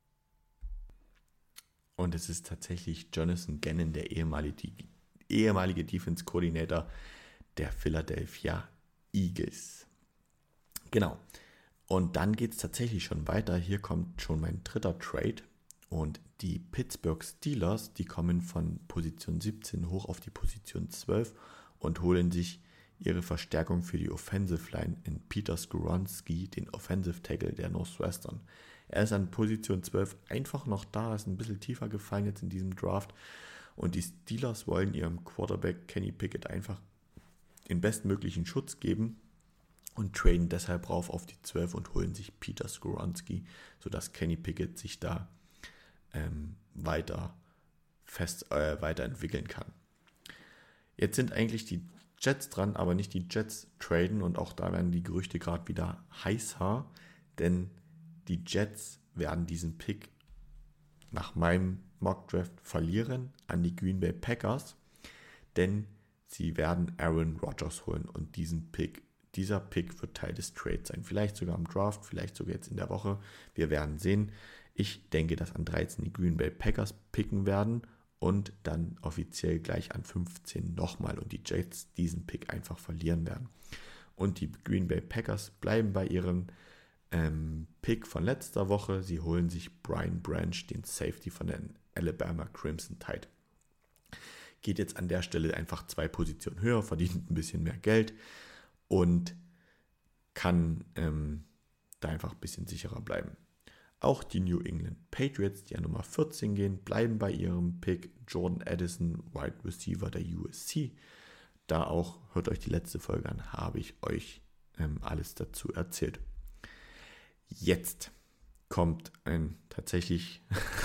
Und es ist tatsächlich Jonathan Gannon, der ehemalige, ehemalige Defense-Coordinator der Philadelphia Eagles. Genau. Und dann geht es tatsächlich schon weiter. Hier kommt schon mein dritter Trade. Und die Pittsburgh Steelers, die kommen von Position siebzehn hoch auf die Position zwölf und holen sich ihre Verstärkung für die Offensive Line in Peter Skoronski, den Offensive Tackle der Northwestern. Er ist an Position zwölf einfach noch da, ist ein bisschen tiefer gefallen jetzt in diesem Draft. Und die Steelers wollen ihrem Quarterback Kenny Pickett einfach den bestmöglichen Schutz geben und traden deshalb rauf auf die zwölf und holen sich Peter Skoronski, sodass Kenny Pickett sich da ähm, weiter fest äh, weiterentwickeln kann. Jetzt sind eigentlich die Jets dran, aber nicht die Jets traden und auch da werden die Gerüchte gerade wieder heißer, denn die Jets werden diesen Pick nach meinem Mockdraft verlieren an die Green Bay Packers, denn sie werden Aaron Rodgers holen und diesen Pick, dieser Pick wird Teil des Trades sein. Vielleicht sogar im Draft, vielleicht sogar jetzt in der Woche. Wir werden sehen. Ich denke, dass an dreizehn die Green Bay Packers picken werden und dann offiziell gleich an fünfzehn nochmal und die Jets diesen Pick einfach verlieren werden. Und die Green Bay Packers bleiben bei ihrem ähm, Pick von letzter Woche. Sie holen sich Brian Branch, den Safety von den Alabama Crimson Tide. Geht jetzt an der Stelle einfach zwei Positionen höher, verdient ein bisschen mehr Geld und kann ähm, da einfach ein bisschen sicherer bleiben. Auch die New England Patriots, die an Nummer vierzehn gehen, bleiben bei ihrem Pick Jordan Addison, Wide Receiver der U S C. Da auch, hört euch die letzte Folge an, habe ich euch ähm, alles dazu erzählt. Jetzt kommt ein tatsächlich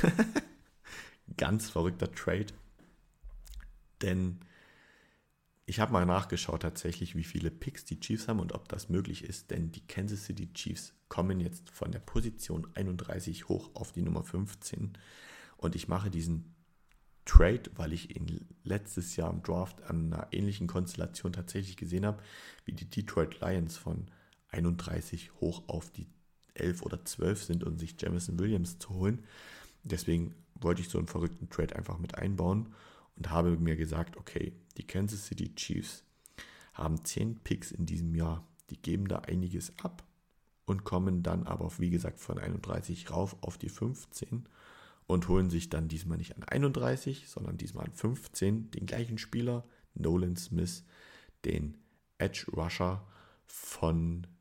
ganz verrückter Trade, denn ich habe mal nachgeschaut tatsächlich, wie viele Picks die Chiefs haben und ob das möglich ist, denn die Kansas City Chiefs kommen jetzt von der Position einunddreißig hoch auf die Nummer fünfzehn und ich mache diesen Trade, weil ich ihn letztes Jahr im Draft an einer ähnlichen Konstellation tatsächlich gesehen habe, wie die Detroit Lions von einunddreißig hoch auf die elf oder zwölf sind, um sich Jameson Williams zu holen. Deswegen wollte ich so einen verrückten Trade einfach mit einbauen und habe mir gesagt, okay, die Kansas City Chiefs haben zehn Picks in diesem Jahr, die geben da einiges ab und kommen dann aber, wie gesagt, von einunddreißig rauf auf die fünfzehn und holen sich dann diesmal nicht an einunddreißig, sondern diesmal an fünfzehn den gleichen Spieler, Nolan Smith, den Edge Rusher von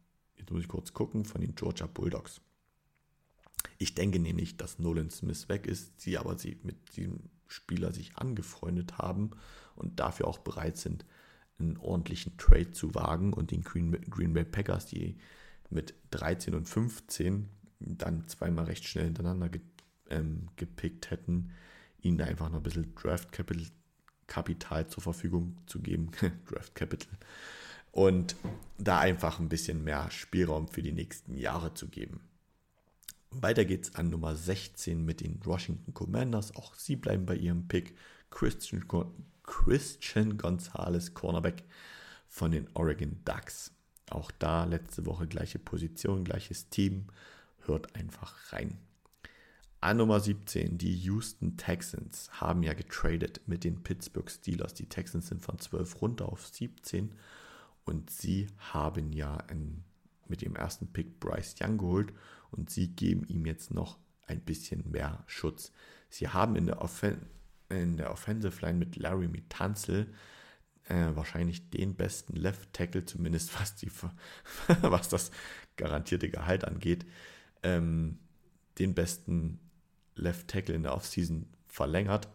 jetzt muss ich kurz gucken, von den Georgia Bulldogs. Ich denke nämlich, dass Nolan Smith weg ist, sie aber sie mit diesem Spieler sich angefreundet haben und dafür auch bereit sind, einen ordentlichen Trade zu wagen und den Green, Green Bay Packers, die mit dreizehn und fünfzehn dann zweimal recht schnell hintereinander ge, ähm, gepickt hätten, ihnen da einfach noch ein bisschen Draft Capital, Kapital zur Verfügung zu geben, Draft Capital, und da einfach ein bisschen mehr Spielraum für die nächsten Jahre zu geben. Weiter geht's an Nummer sechzehn mit den Washington Commanders. Auch sie bleiben bei ihrem Pick. Christian, Christian Gonzalez, Cornerback von den Oregon Ducks. Auch da letzte Woche gleiche Position, gleiches Team. Hört einfach rein. An Nummer siebzehn, die Houston Texans haben ja getradet mit den Pittsburgh Steelers. Die Texans sind von zwölf runter auf siebzehn und sie haben ja ein, mit dem ersten Pick Bryce Young geholt und sie geben ihm jetzt noch ein bisschen mehr Schutz. Sie haben in der, Offen- in der Offensive Line mit Laremy Tunsil äh, wahrscheinlich den besten Left Tackle, zumindest was, die, was das garantierte Gehalt angeht, ähm, den besten Left Tackle in der Offseason verlängert,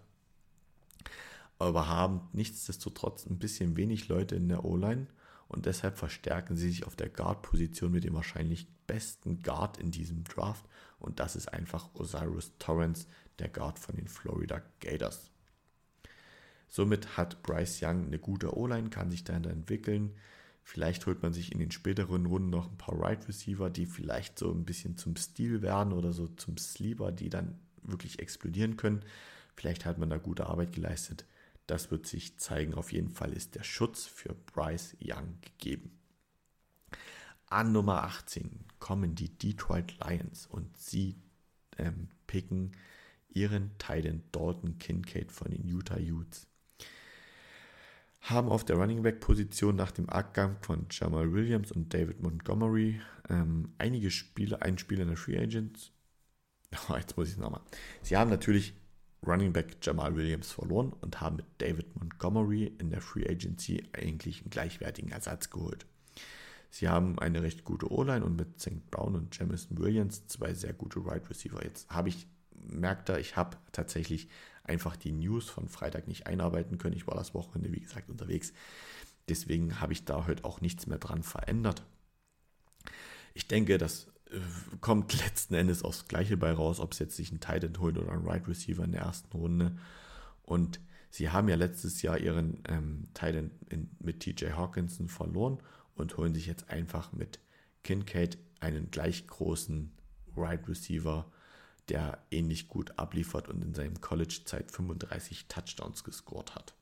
aber haben nichtsdestotrotz ein bisschen wenig Leute in der O-Line und deshalb verstärken sie sich auf der Guard-Position mit dem wahrscheinlich besten Guard in diesem Draft und das ist einfach Osiris Torrance, der Guard von den Florida Gators. Somit hat Bryce Young eine gute O-Line, kann sich dahinter entwickeln. Vielleicht holt man sich in den späteren Runden noch ein paar Wide Receiver, die vielleicht so ein bisschen zum Stil werden oder so zum Sleeper, die dann wirklich explodieren können. Vielleicht hat man da gute Arbeit geleistet. Das wird sich zeigen. Auf jeden Fall ist der Schutz für Bryce Young gegeben. An Nummer achtzehn kommen die Detroit Lions und sie ähm, picken ihren Tight End Dalton Kincaid von den Utah Utes. Haben auf der Running Back Position nach dem Abgang von Jamal Williams und David Montgomery ähm, einige Spiele, einen Spieler in der Free Agents. Oh, jetzt muss ich es nochmal. Sie haben natürlich Running Back Jamal Williams verloren und haben mit David Montgomery in der Free Agency eigentlich einen gleichwertigen Ersatz geholt. Sie haben eine recht gute O-Line und mit Saint Brown und Jamison Williams zwei sehr gute Wide Receiver. Jetzt habe ich, merkt ihr, ich habe tatsächlich einfach die News von Freitag nicht einarbeiten können. Ich war das Wochenende, wie gesagt, unterwegs. Deswegen habe ich da heute auch nichts mehr dran verändert. Ich denke, das äh, kommt letzten Endes aufs Gleiche bei raus, ob es jetzt sich ein Tight End holt oder ein Wide Receiver in der ersten Runde. Und sie haben ja letztes Jahr ihren ähm, Tight End in, mit T J Hawkinson verloren und holen sich jetzt einfach mit Kincaid einen gleich großen Wide Receiver, der ähnlich gut abliefert und in seinem College-Zeit fünfunddreißig Touchdowns gescored hat.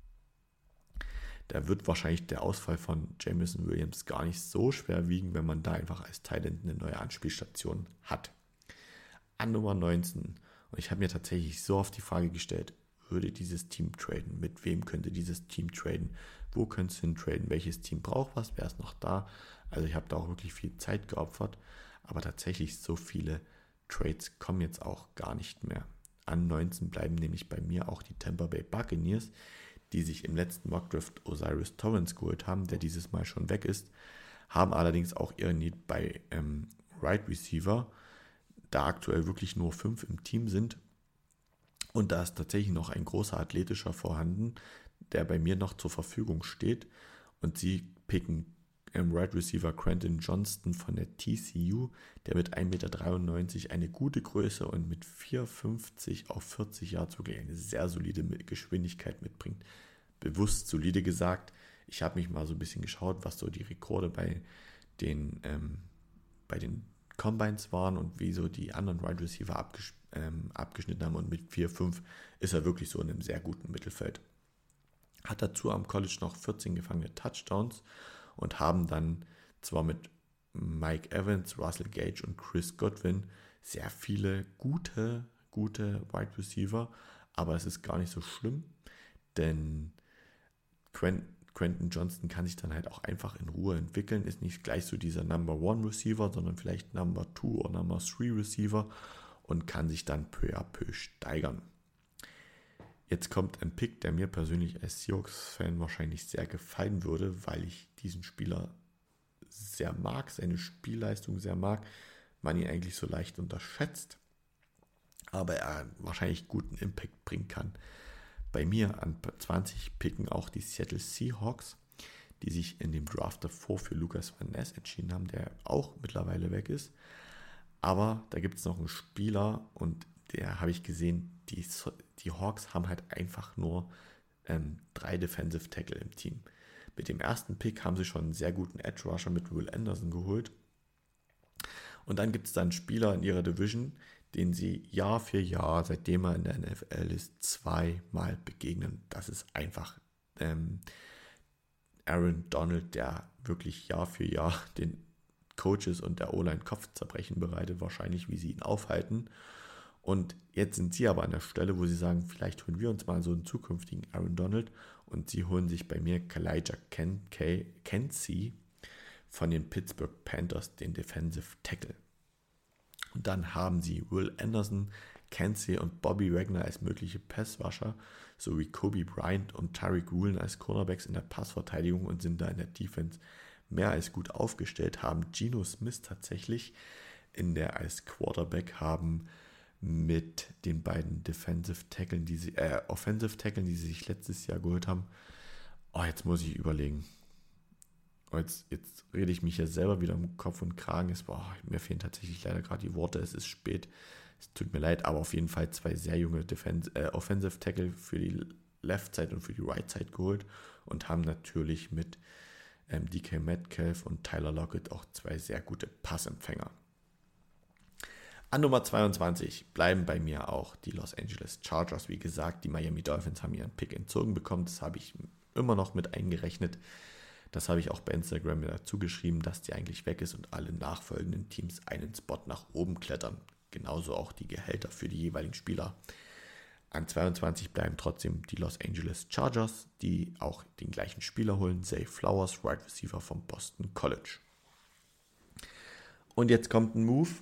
Da wird wahrscheinlich der Ausfall von Jamison Williams gar nicht so schwer wiegen, wenn man da einfach als Tight End eine neue Anspielstation hat. An Nummer neunzehn, und ich habe mir tatsächlich so oft die Frage gestellt, würde dieses Team traden? Mit wem könnte dieses Team traden? Wo könnte es hin traden? Welches Team braucht was? Wer ist noch da? Also ich habe da auch wirklich viel Zeit geopfert, aber tatsächlich so viele Trades kommen jetzt auch gar nicht mehr. An neunzehn bleiben nämlich bei mir auch die Tampa Bay Buccaneers, die sich im letzten Mockdraft Osiris Torrance geholt haben, der dieses Mal schon weg ist, haben allerdings auch ihren Need bei ähm, Right Receiver, da aktuell wirklich nur fünf im Team sind. Und da ist tatsächlich noch ein großer athletischer vorhanden, der bei mir noch zur Verfügung steht. Und sie picken im Right Receiver Quentin Johnston von der T C U, der mit ein Meter dreiundneunzig eine gute Größe und mit vier Meter fünfzig auf vierzig Yards wirklich eine sehr solide Geschwindigkeit mitbringt. Bewusst solide gesagt. Ich habe mich mal so ein bisschen geschaut, was so die Rekorde bei den, ähm, bei den Combines waren und wie so die anderen Wide Receiver abges- ähm, abgeschnitten haben. Und mit vier Komma fünf ist er wirklich so in einem sehr guten Mittelfeld. Hat dazu am College noch vierzehn gefangene Touchdowns und haben dann zwar mit Mike Evans, Russell Gage und Chris Godwin sehr viele gute, gute Wide Receiver, aber es ist gar nicht so schlimm, denn Quentin Johnston kann sich dann halt auch einfach in Ruhe entwickeln, ist nicht gleich so dieser Number One Receiver, sondern vielleicht Number Two oder Number Three Receiver und kann sich dann peu à peu steigern. Jetzt kommt ein Pick, der mir persönlich als Seahawks-Fan wahrscheinlich sehr gefallen würde, weil ich diesen Spieler sehr mag, seine Spielleistung sehr mag, man ihn eigentlich so leicht unterschätzt, aber er wahrscheinlich guten Impact bringen kann. Bei mir an zwanzig picken auch die Seattle Seahawks, die sich in dem Draft davor für Lucas Van Ness entschieden haben, der auch mittlerweile weg ist. Aber da gibt es noch einen Spieler und der habe ich gesehen, die, die Hawks haben halt einfach nur ähm, drei Defensive Tackle im Team. Mit dem ersten Pick haben sie schon einen sehr guten Edge Rusher mit Will Anderson geholt. Und dann gibt es dann Spieler in ihrer Division, den sie Jahr für Jahr, seitdem er in der N F L ist, zweimal begegnen. Das ist einfach ähm, Aaron Donald, der wirklich Jahr für Jahr den Coaches und der O-Line Kopfzerbrechen bereitet, wahrscheinlich, wie sie ihn aufhalten. Und jetzt sind sie aber an der Stelle, wo sie sagen, vielleicht holen wir uns mal so einen zukünftigen Aaron Donald, und sie holen sich bei mir Kalijah Kancey von den Pittsburgh Panthers, den Defensive Tackle. Und dann haben sie Will Anderson, Kancey und Bobby Wagner als mögliche Passwasher, sowie Kobe Bryant und Tariq Woolen als Cornerbacks in der Passverteidigung und sind da in der Defense mehr als gut aufgestellt, haben Geno Smith tatsächlich in der als Quarterback, haben mit den beiden Defensive Tackeln, die sie, äh, Offensive Tackeln, die sie sich letztes Jahr geholt haben. Oh, jetzt muss ich überlegen. Oh, jetzt, jetzt rede ich mich ja selber wieder um Kopf und Kragen. Es, boah, mir fehlen tatsächlich leider gerade die Worte. Es ist spät. Es tut mir leid, aber auf jeden Fall zwei sehr junge Defense, äh, Offensive Tackle für die Left Side und für die Right Side geholt und haben natürlich mit ähm, D K Metcalf und Tyler Lockett auch zwei sehr gute Passempfänger. An Nummer zweiundzwanzig bleiben bei mir auch die Los Angeles Chargers. Wie gesagt, die Miami Dolphins haben ihren Pick entzogen bekommen. Das habe ich immer noch mit eingerechnet. Das habe ich auch bei Instagram mit dazu geschrieben, dass die eigentlich weg ist und alle nachfolgenden Teams einen Spot nach oben klettern. Genauso auch die Gehälter für die jeweiligen Spieler. An zweiundzwanzig bleiben trotzdem die Los Angeles Chargers, die auch den gleichen Spieler holen, Zay Flowers, Wide Receiver vom Boston College. Und jetzt kommt ein Move,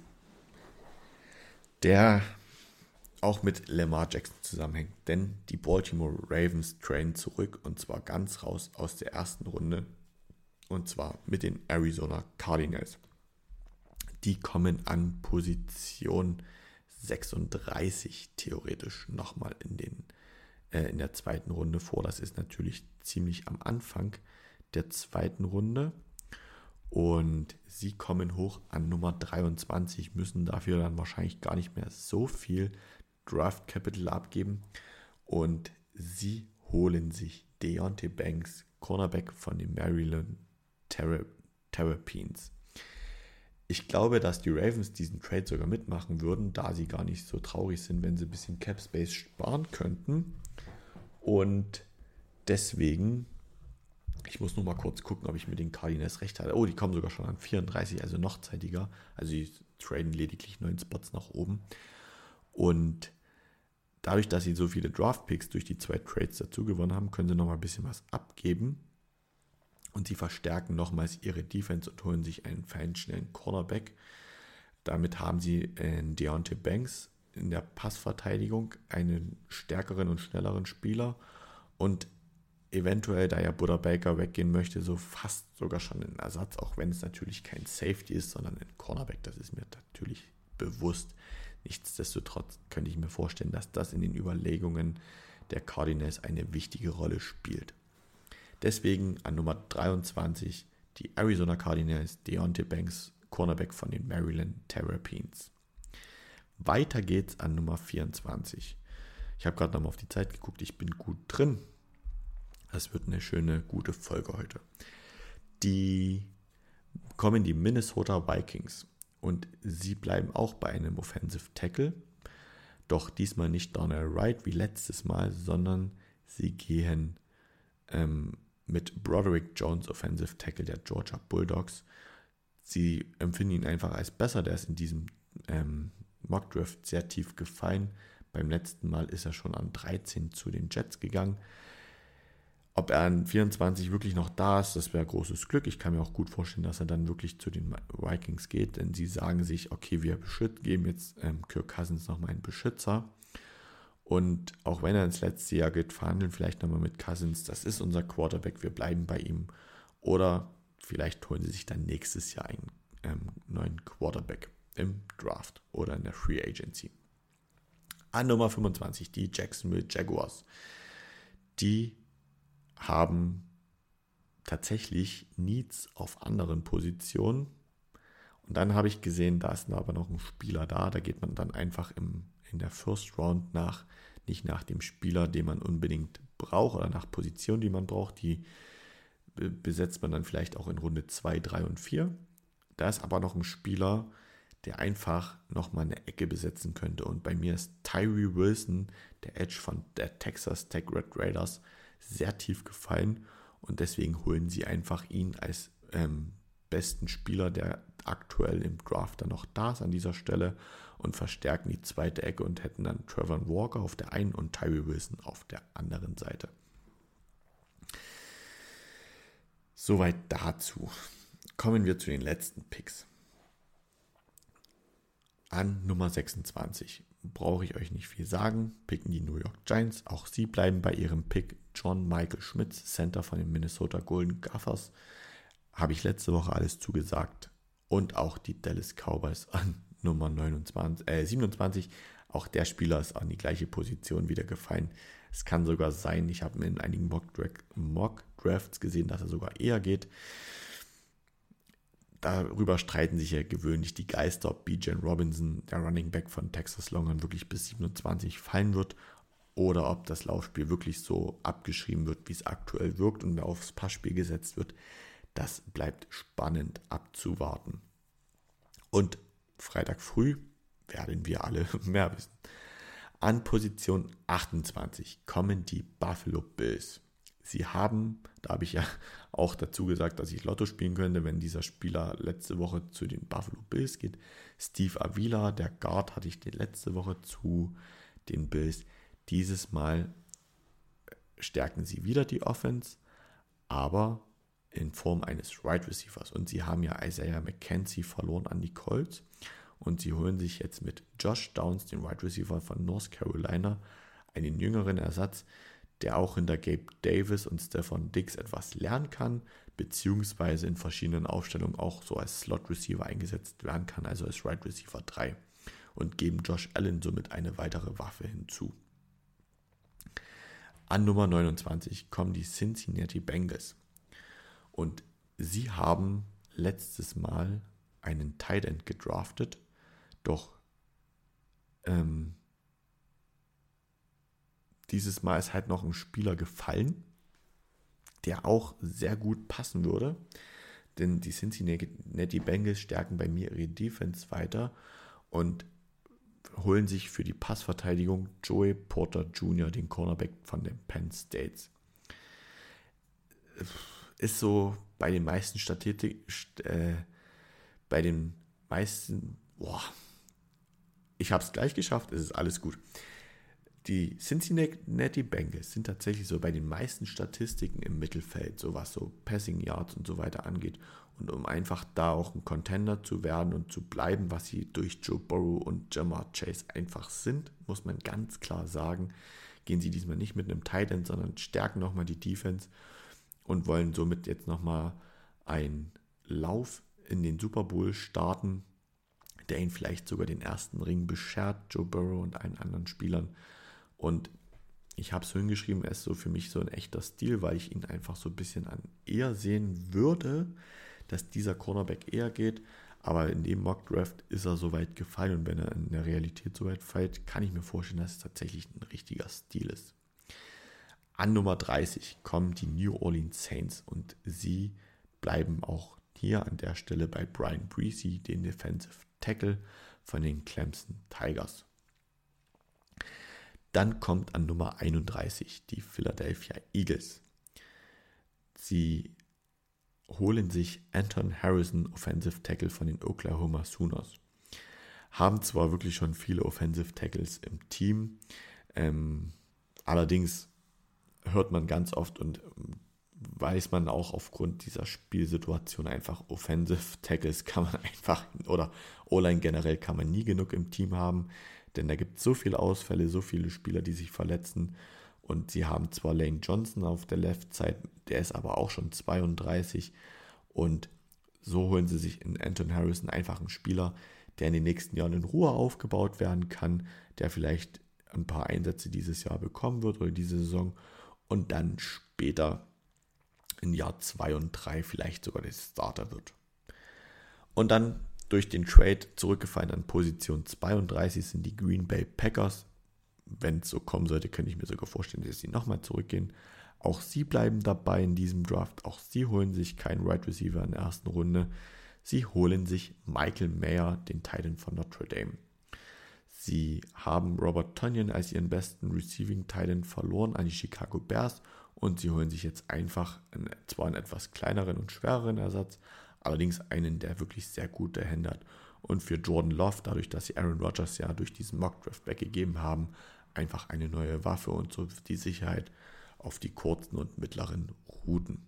der auch mit Lamar Jackson zusammenhängt. Denn die Baltimore Ravens traden zurück, und zwar ganz raus aus der ersten Runde, und zwar mit den Arizona Cardinals. Die kommen an Position sechsunddreißig theoretisch nochmal in, den, äh, in der zweiten Runde vor. Das ist natürlich ziemlich am Anfang der zweiten Runde. Und sie kommen hoch an Nummer dreiundzwanzig, müssen dafür dann wahrscheinlich gar nicht mehr so viel Draft Capital abgeben. Und sie holen sich Deontay Banks, Cornerback von den Maryland Terra- Terrapins. Ich glaube, dass die Ravens diesen Trade sogar mitmachen würden, da sie gar nicht so traurig sind, wenn sie ein bisschen Cap Space sparen könnten. Und deswegen, ich muss nur mal kurz gucken, ob ich mit den Cardinals recht hatte. Oh, die kommen sogar schon an vierunddreißig, also noch zeitiger. Also die traden lediglich neun Spots nach oben. Und dadurch, dass sie so viele Draft-Picks durch die zwei Trades dazu gewonnen haben, können sie noch mal ein bisschen was abgeben. Und sie verstärken nochmals ihre Defense und holen sich einen feinen, schnellen Cornerback. Damit haben sie in Deontay Banks in der Passverteidigung einen stärkeren und schnelleren Spieler und eventuell, da ja Buda Baker weggehen möchte, so fast sogar schon einen Ersatz, auch wenn es natürlich kein Safety ist, sondern ein Cornerback. Das ist mir natürlich bewusst. Nichtsdestotrotz könnte ich mir vorstellen, dass das in den Überlegungen der Cardinals eine wichtige Rolle spielt. Deswegen an Nummer dreiundzwanzig die Arizona Cardinals, Deontay Banks, Cornerback von den Maryland Terrapins. Weiter geht's an Nummer vierundzwanzig. Ich habe gerade nochmal auf die Zeit geguckt, ich bin gut drin. Das wird eine schöne, gute Folge heute. Die kommen die Minnesota Vikings und sie bleiben auch bei einem Offensive Tackle, doch diesmal nicht Darnell Wright wie letztes Mal, sondern sie gehen ähm, mit Broderick Jones, Offensive Tackle der Georgia Bulldogs. Sie empfinden ihn einfach als besser, der ist in diesem ähm, Mockdraft sehr tief gefallen. Beim letzten Mal ist er schon an dreizehn zu den Jets gegangen. Ob er an vierundzwanzig wirklich noch da ist, das wäre großes Glück. Ich kann mir auch gut vorstellen, dass er dann wirklich zu den Vikings geht, denn sie sagen sich, okay, wir beschüt- geben jetzt ähm, Kirk Cousins nochmal einen Beschützer. Und auch wenn er ins letzte Jahr geht, verhandeln vielleicht nochmal mit Cousins. Das ist unser Quarterback, wir bleiben bei ihm. Oder vielleicht holen sie sich dann nächstes Jahr einen ähm, neuen Quarterback im Draft oder in der Free Agency. An Nummer fünfundzwanzig, die Jacksonville Jaguars. Die haben tatsächlich Needs auf anderen Positionen. Und dann habe ich gesehen, da ist aber noch ein Spieler da. Da geht man dann einfach im, in der First Round nach, nicht nach dem Spieler, den man unbedingt braucht oder nach Position, die man braucht. Die besetzt man dann vielleicht auch in Runde zwei, drei und vier. Da ist aber noch ein Spieler, der einfach nochmal eine Ecke besetzen könnte. Und bei mir ist Tyree Wilson, der Edge von der Texas Tech Red Raiders, sehr tief gefallen. Und deswegen holen sie einfach ihn als ähm, besten Spieler, der aktuell im Draft dann noch da ist an dieser Stelle, und verstärken die zweite Ecke und hätten dann Trevor Walker auf der einen und Tyree Wilson auf der anderen Seite. Soweit dazu. Kommen wir zu den letzten Picks. An Nummer sechsundzwanzig brauche ich euch nicht viel sagen, picken die New York Giants. Auch sie bleiben bei ihrem Pick. John Michael Schmitz, Center von den Minnesota Golden Gophers. Habe ich letzte Woche alles zugesagt. Und auch die Dallas Cowboys an Nummer neunundzwanzig, äh, siebenundzwanzig. Auch der Spieler ist an die gleiche Position wieder gefallen. Es kann sogar sein, ich habe in einigen Mock-Drafts gesehen, dass er sogar eher geht. Darüber streiten sich ja gewöhnlich die Geister, ob B J Robinson, der Running Back von Texas Longhorn, wirklich bis siebenundzwanzig fallen wird oder ob das Laufspiel wirklich so abgeschrieben wird, wie es aktuell wirkt und aufs Passspiel gesetzt wird. Das bleibt spannend abzuwarten. Und Freitag früh werden wir alle mehr wissen. An Position achtundzwanzig kommen die Buffalo Bills. Sie haben, da habe ich ja auch dazu gesagt, dass ich Lotto spielen könnte, wenn dieser Spieler letzte Woche zu den Buffalo Bills geht. Steve Avila, der Guard, hatte ich die letzte Woche zu den Bills. Dieses Mal stärken sie wieder die Offense, aber in Form eines Wide Receivers. Und sie haben ja Isaiah McKenzie verloren an die Colts. Und sie holen sich jetzt mit Josh Downs, den Wide Receiver von North Carolina, einen jüngeren Ersatz, der auch hinter Gabe Davis und Stephon Diggs etwas lernen kann, beziehungsweise in verschiedenen Aufstellungen auch so als Slot-Receiver eingesetzt werden kann, also als Wide Receiver drei, und geben Josh Allen somit eine weitere Waffe hinzu. An Nummer neunundzwanzig kommen die Cincinnati Bengals. Und sie haben letztes Mal einen Tight End gedraftet, doch ähm, dieses Mal ist halt noch ein Spieler gefallen, der auch sehr gut passen würde, denn die Cincinnati Bengals stärken bei mir ihre Defense weiter und holen sich für die Passverteidigung Joey Porter Junior, den Cornerback von den Penn States. Ist so bei den meisten Statistiken, äh, bei den meisten, boah, ich habe es gleich geschafft, es ist alles gut. Die Cincinnati Bengals sind tatsächlich so bei den meisten Statistiken im Mittelfeld, so was so Passing Yards und so weiter angeht. Und um einfach da auch ein Contender zu werden und zu bleiben, was sie durch Joe Burrow und Ja'Marr Chase einfach sind, muss man ganz klar sagen, gehen sie diesmal nicht mit einem Tight End, sondern stärken nochmal die Defense und wollen somit jetzt nochmal einen Lauf in den Super Bowl starten, der ihnen vielleicht sogar den ersten Ring beschert, Joe Burrow und allen anderen Spielern. Und ich habe es so hingeschrieben, er ist so für mich so ein echter Stil, weil ich ihn einfach so ein bisschen an eher sehen würde, dass dieser Cornerback eher geht. Aber in dem Mock-Draft ist er so weit gefallen und wenn er in der Realität so weit fällt, kann ich mir vorstellen, dass es tatsächlich ein richtiger Stil ist. An Nummer dreißig kommen die New Orleans Saints und sie bleiben auch hier an der Stelle bei Brian Bresee, den Defensive Tackle von den Clemson Tigers. Dann kommt an Nummer einunddreißig die Philadelphia Eagles. Sie holen sich Anton Harrison, Offensive Tackle von den Oklahoma Sooners. Haben zwar wirklich schon viele Offensive Tackles im Team, ähm, allerdings hört man ganz oft und weiß man auch aufgrund dieser Spielsituation einfach, Offensive Tackles kann man einfach, oder O-Line generell kann man nie genug im Team haben, denn da gibt es so viele Ausfälle, so viele Spieler, die sich verletzen und sie haben zwar Lane Johnson auf der Left Side, der ist aber auch schon zweiunddreißig Und so holen sie sich in Anton Harrison einfach einen Spieler, der in den nächsten Jahren in Ruhe aufgebaut werden kann, der vielleicht ein paar Einsätze dieses Jahr bekommen wird oder diese Saison und dann später in Jahr zwei und drei vielleicht sogar der Starter wird. Und dann durch den Trade zurückgefallen an Position zweiunddreißig sind die Green Bay Packers. Wenn es so kommen sollte, könnte ich mir sogar vorstellen, dass sie nochmal zurückgehen. Auch sie bleiben dabei in diesem Draft. Auch sie holen sich keinen Wide Receiver in der ersten Runde. Sie holen sich Michael Mayer, den Tight End von Notre Dame. Sie haben Robert Tonyan als ihren besten Receiving Tight End verloren an die Chicago Bears und sie holen sich jetzt einfach einen, zwar einen etwas kleineren und schwereren Ersatz, allerdings einen, der wirklich sehr gute Hände hat. Und für Jordan Love, dadurch, dass sie Aaron Rodgers ja durch diesen Mock-Draft weggegeben haben, einfach eine neue Waffe und so die Sicherheit auf die kurzen und mittleren Routen.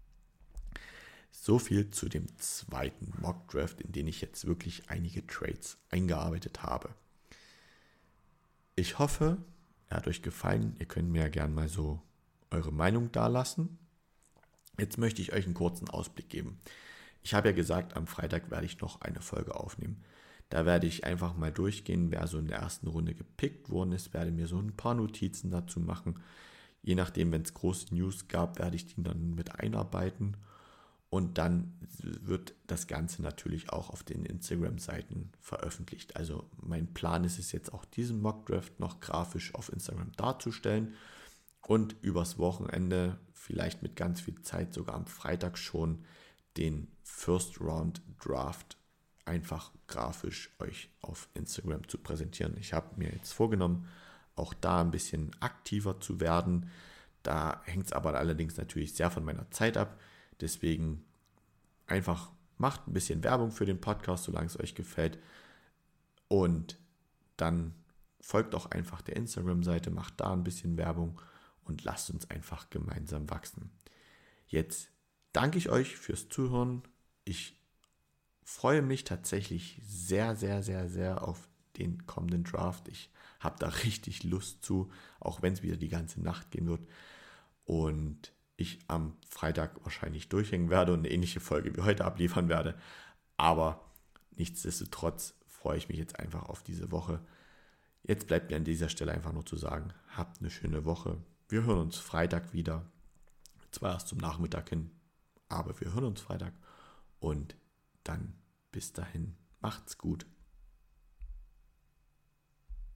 So viel zu dem zweiten Mock-Draft, in den ich jetzt wirklich einige Trades eingearbeitet habe. Ich hoffe, er hat euch gefallen. Ihr könnt mir ja gerne mal so eure Meinung dalassen. Jetzt möchte ich euch einen kurzen Ausblick geben. Ich habe ja gesagt, am Freitag werde ich noch eine Folge aufnehmen. Da werde ich einfach mal durchgehen, wer so in der ersten Runde gepickt worden ist, werde mir so ein paar Notizen dazu machen. Je nachdem, wenn es große News gab, werde ich die dann mit einarbeiten. Und dann wird das Ganze natürlich auch auf den Instagram-Seiten veröffentlicht. Also mein Plan ist es jetzt auch, diesen Mockdraft noch grafisch auf Instagram darzustellen und übers Wochenende, vielleicht mit ganz viel Zeit, sogar am Freitag schon, den First Round Draft einfach grafisch euch auf Instagram zu präsentieren. Ich habe mir jetzt vorgenommen, auch da ein bisschen aktiver zu werden. Da hängt es aber allerdings natürlich sehr von meiner Zeit ab. Deswegen einfach macht ein bisschen Werbung für den Podcast, solange es euch gefällt. Und dann folgt auch einfach der Instagram-Seite, macht da ein bisschen Werbung und lasst uns einfach gemeinsam wachsen. Jetzt danke ich euch fürs Zuhören. Ich freue mich tatsächlich sehr, sehr, sehr, sehr auf den kommenden Draft. Ich habe da richtig Lust zu, auch wenn es wieder die ganze Nacht gehen wird. Und ich am Freitag wahrscheinlich durchhängen werde und eine ähnliche Folge wie heute abliefern werde. Aber nichtsdestotrotz freue ich mich jetzt einfach auf diese Woche. Jetzt bleibt mir an dieser Stelle einfach nur zu sagen, habt eine schöne Woche. Wir hören uns Freitag wieder. Zwar erst zum Nachmittag hin, aber wir hören uns Freitag. Und dann bis dahin, macht's gut.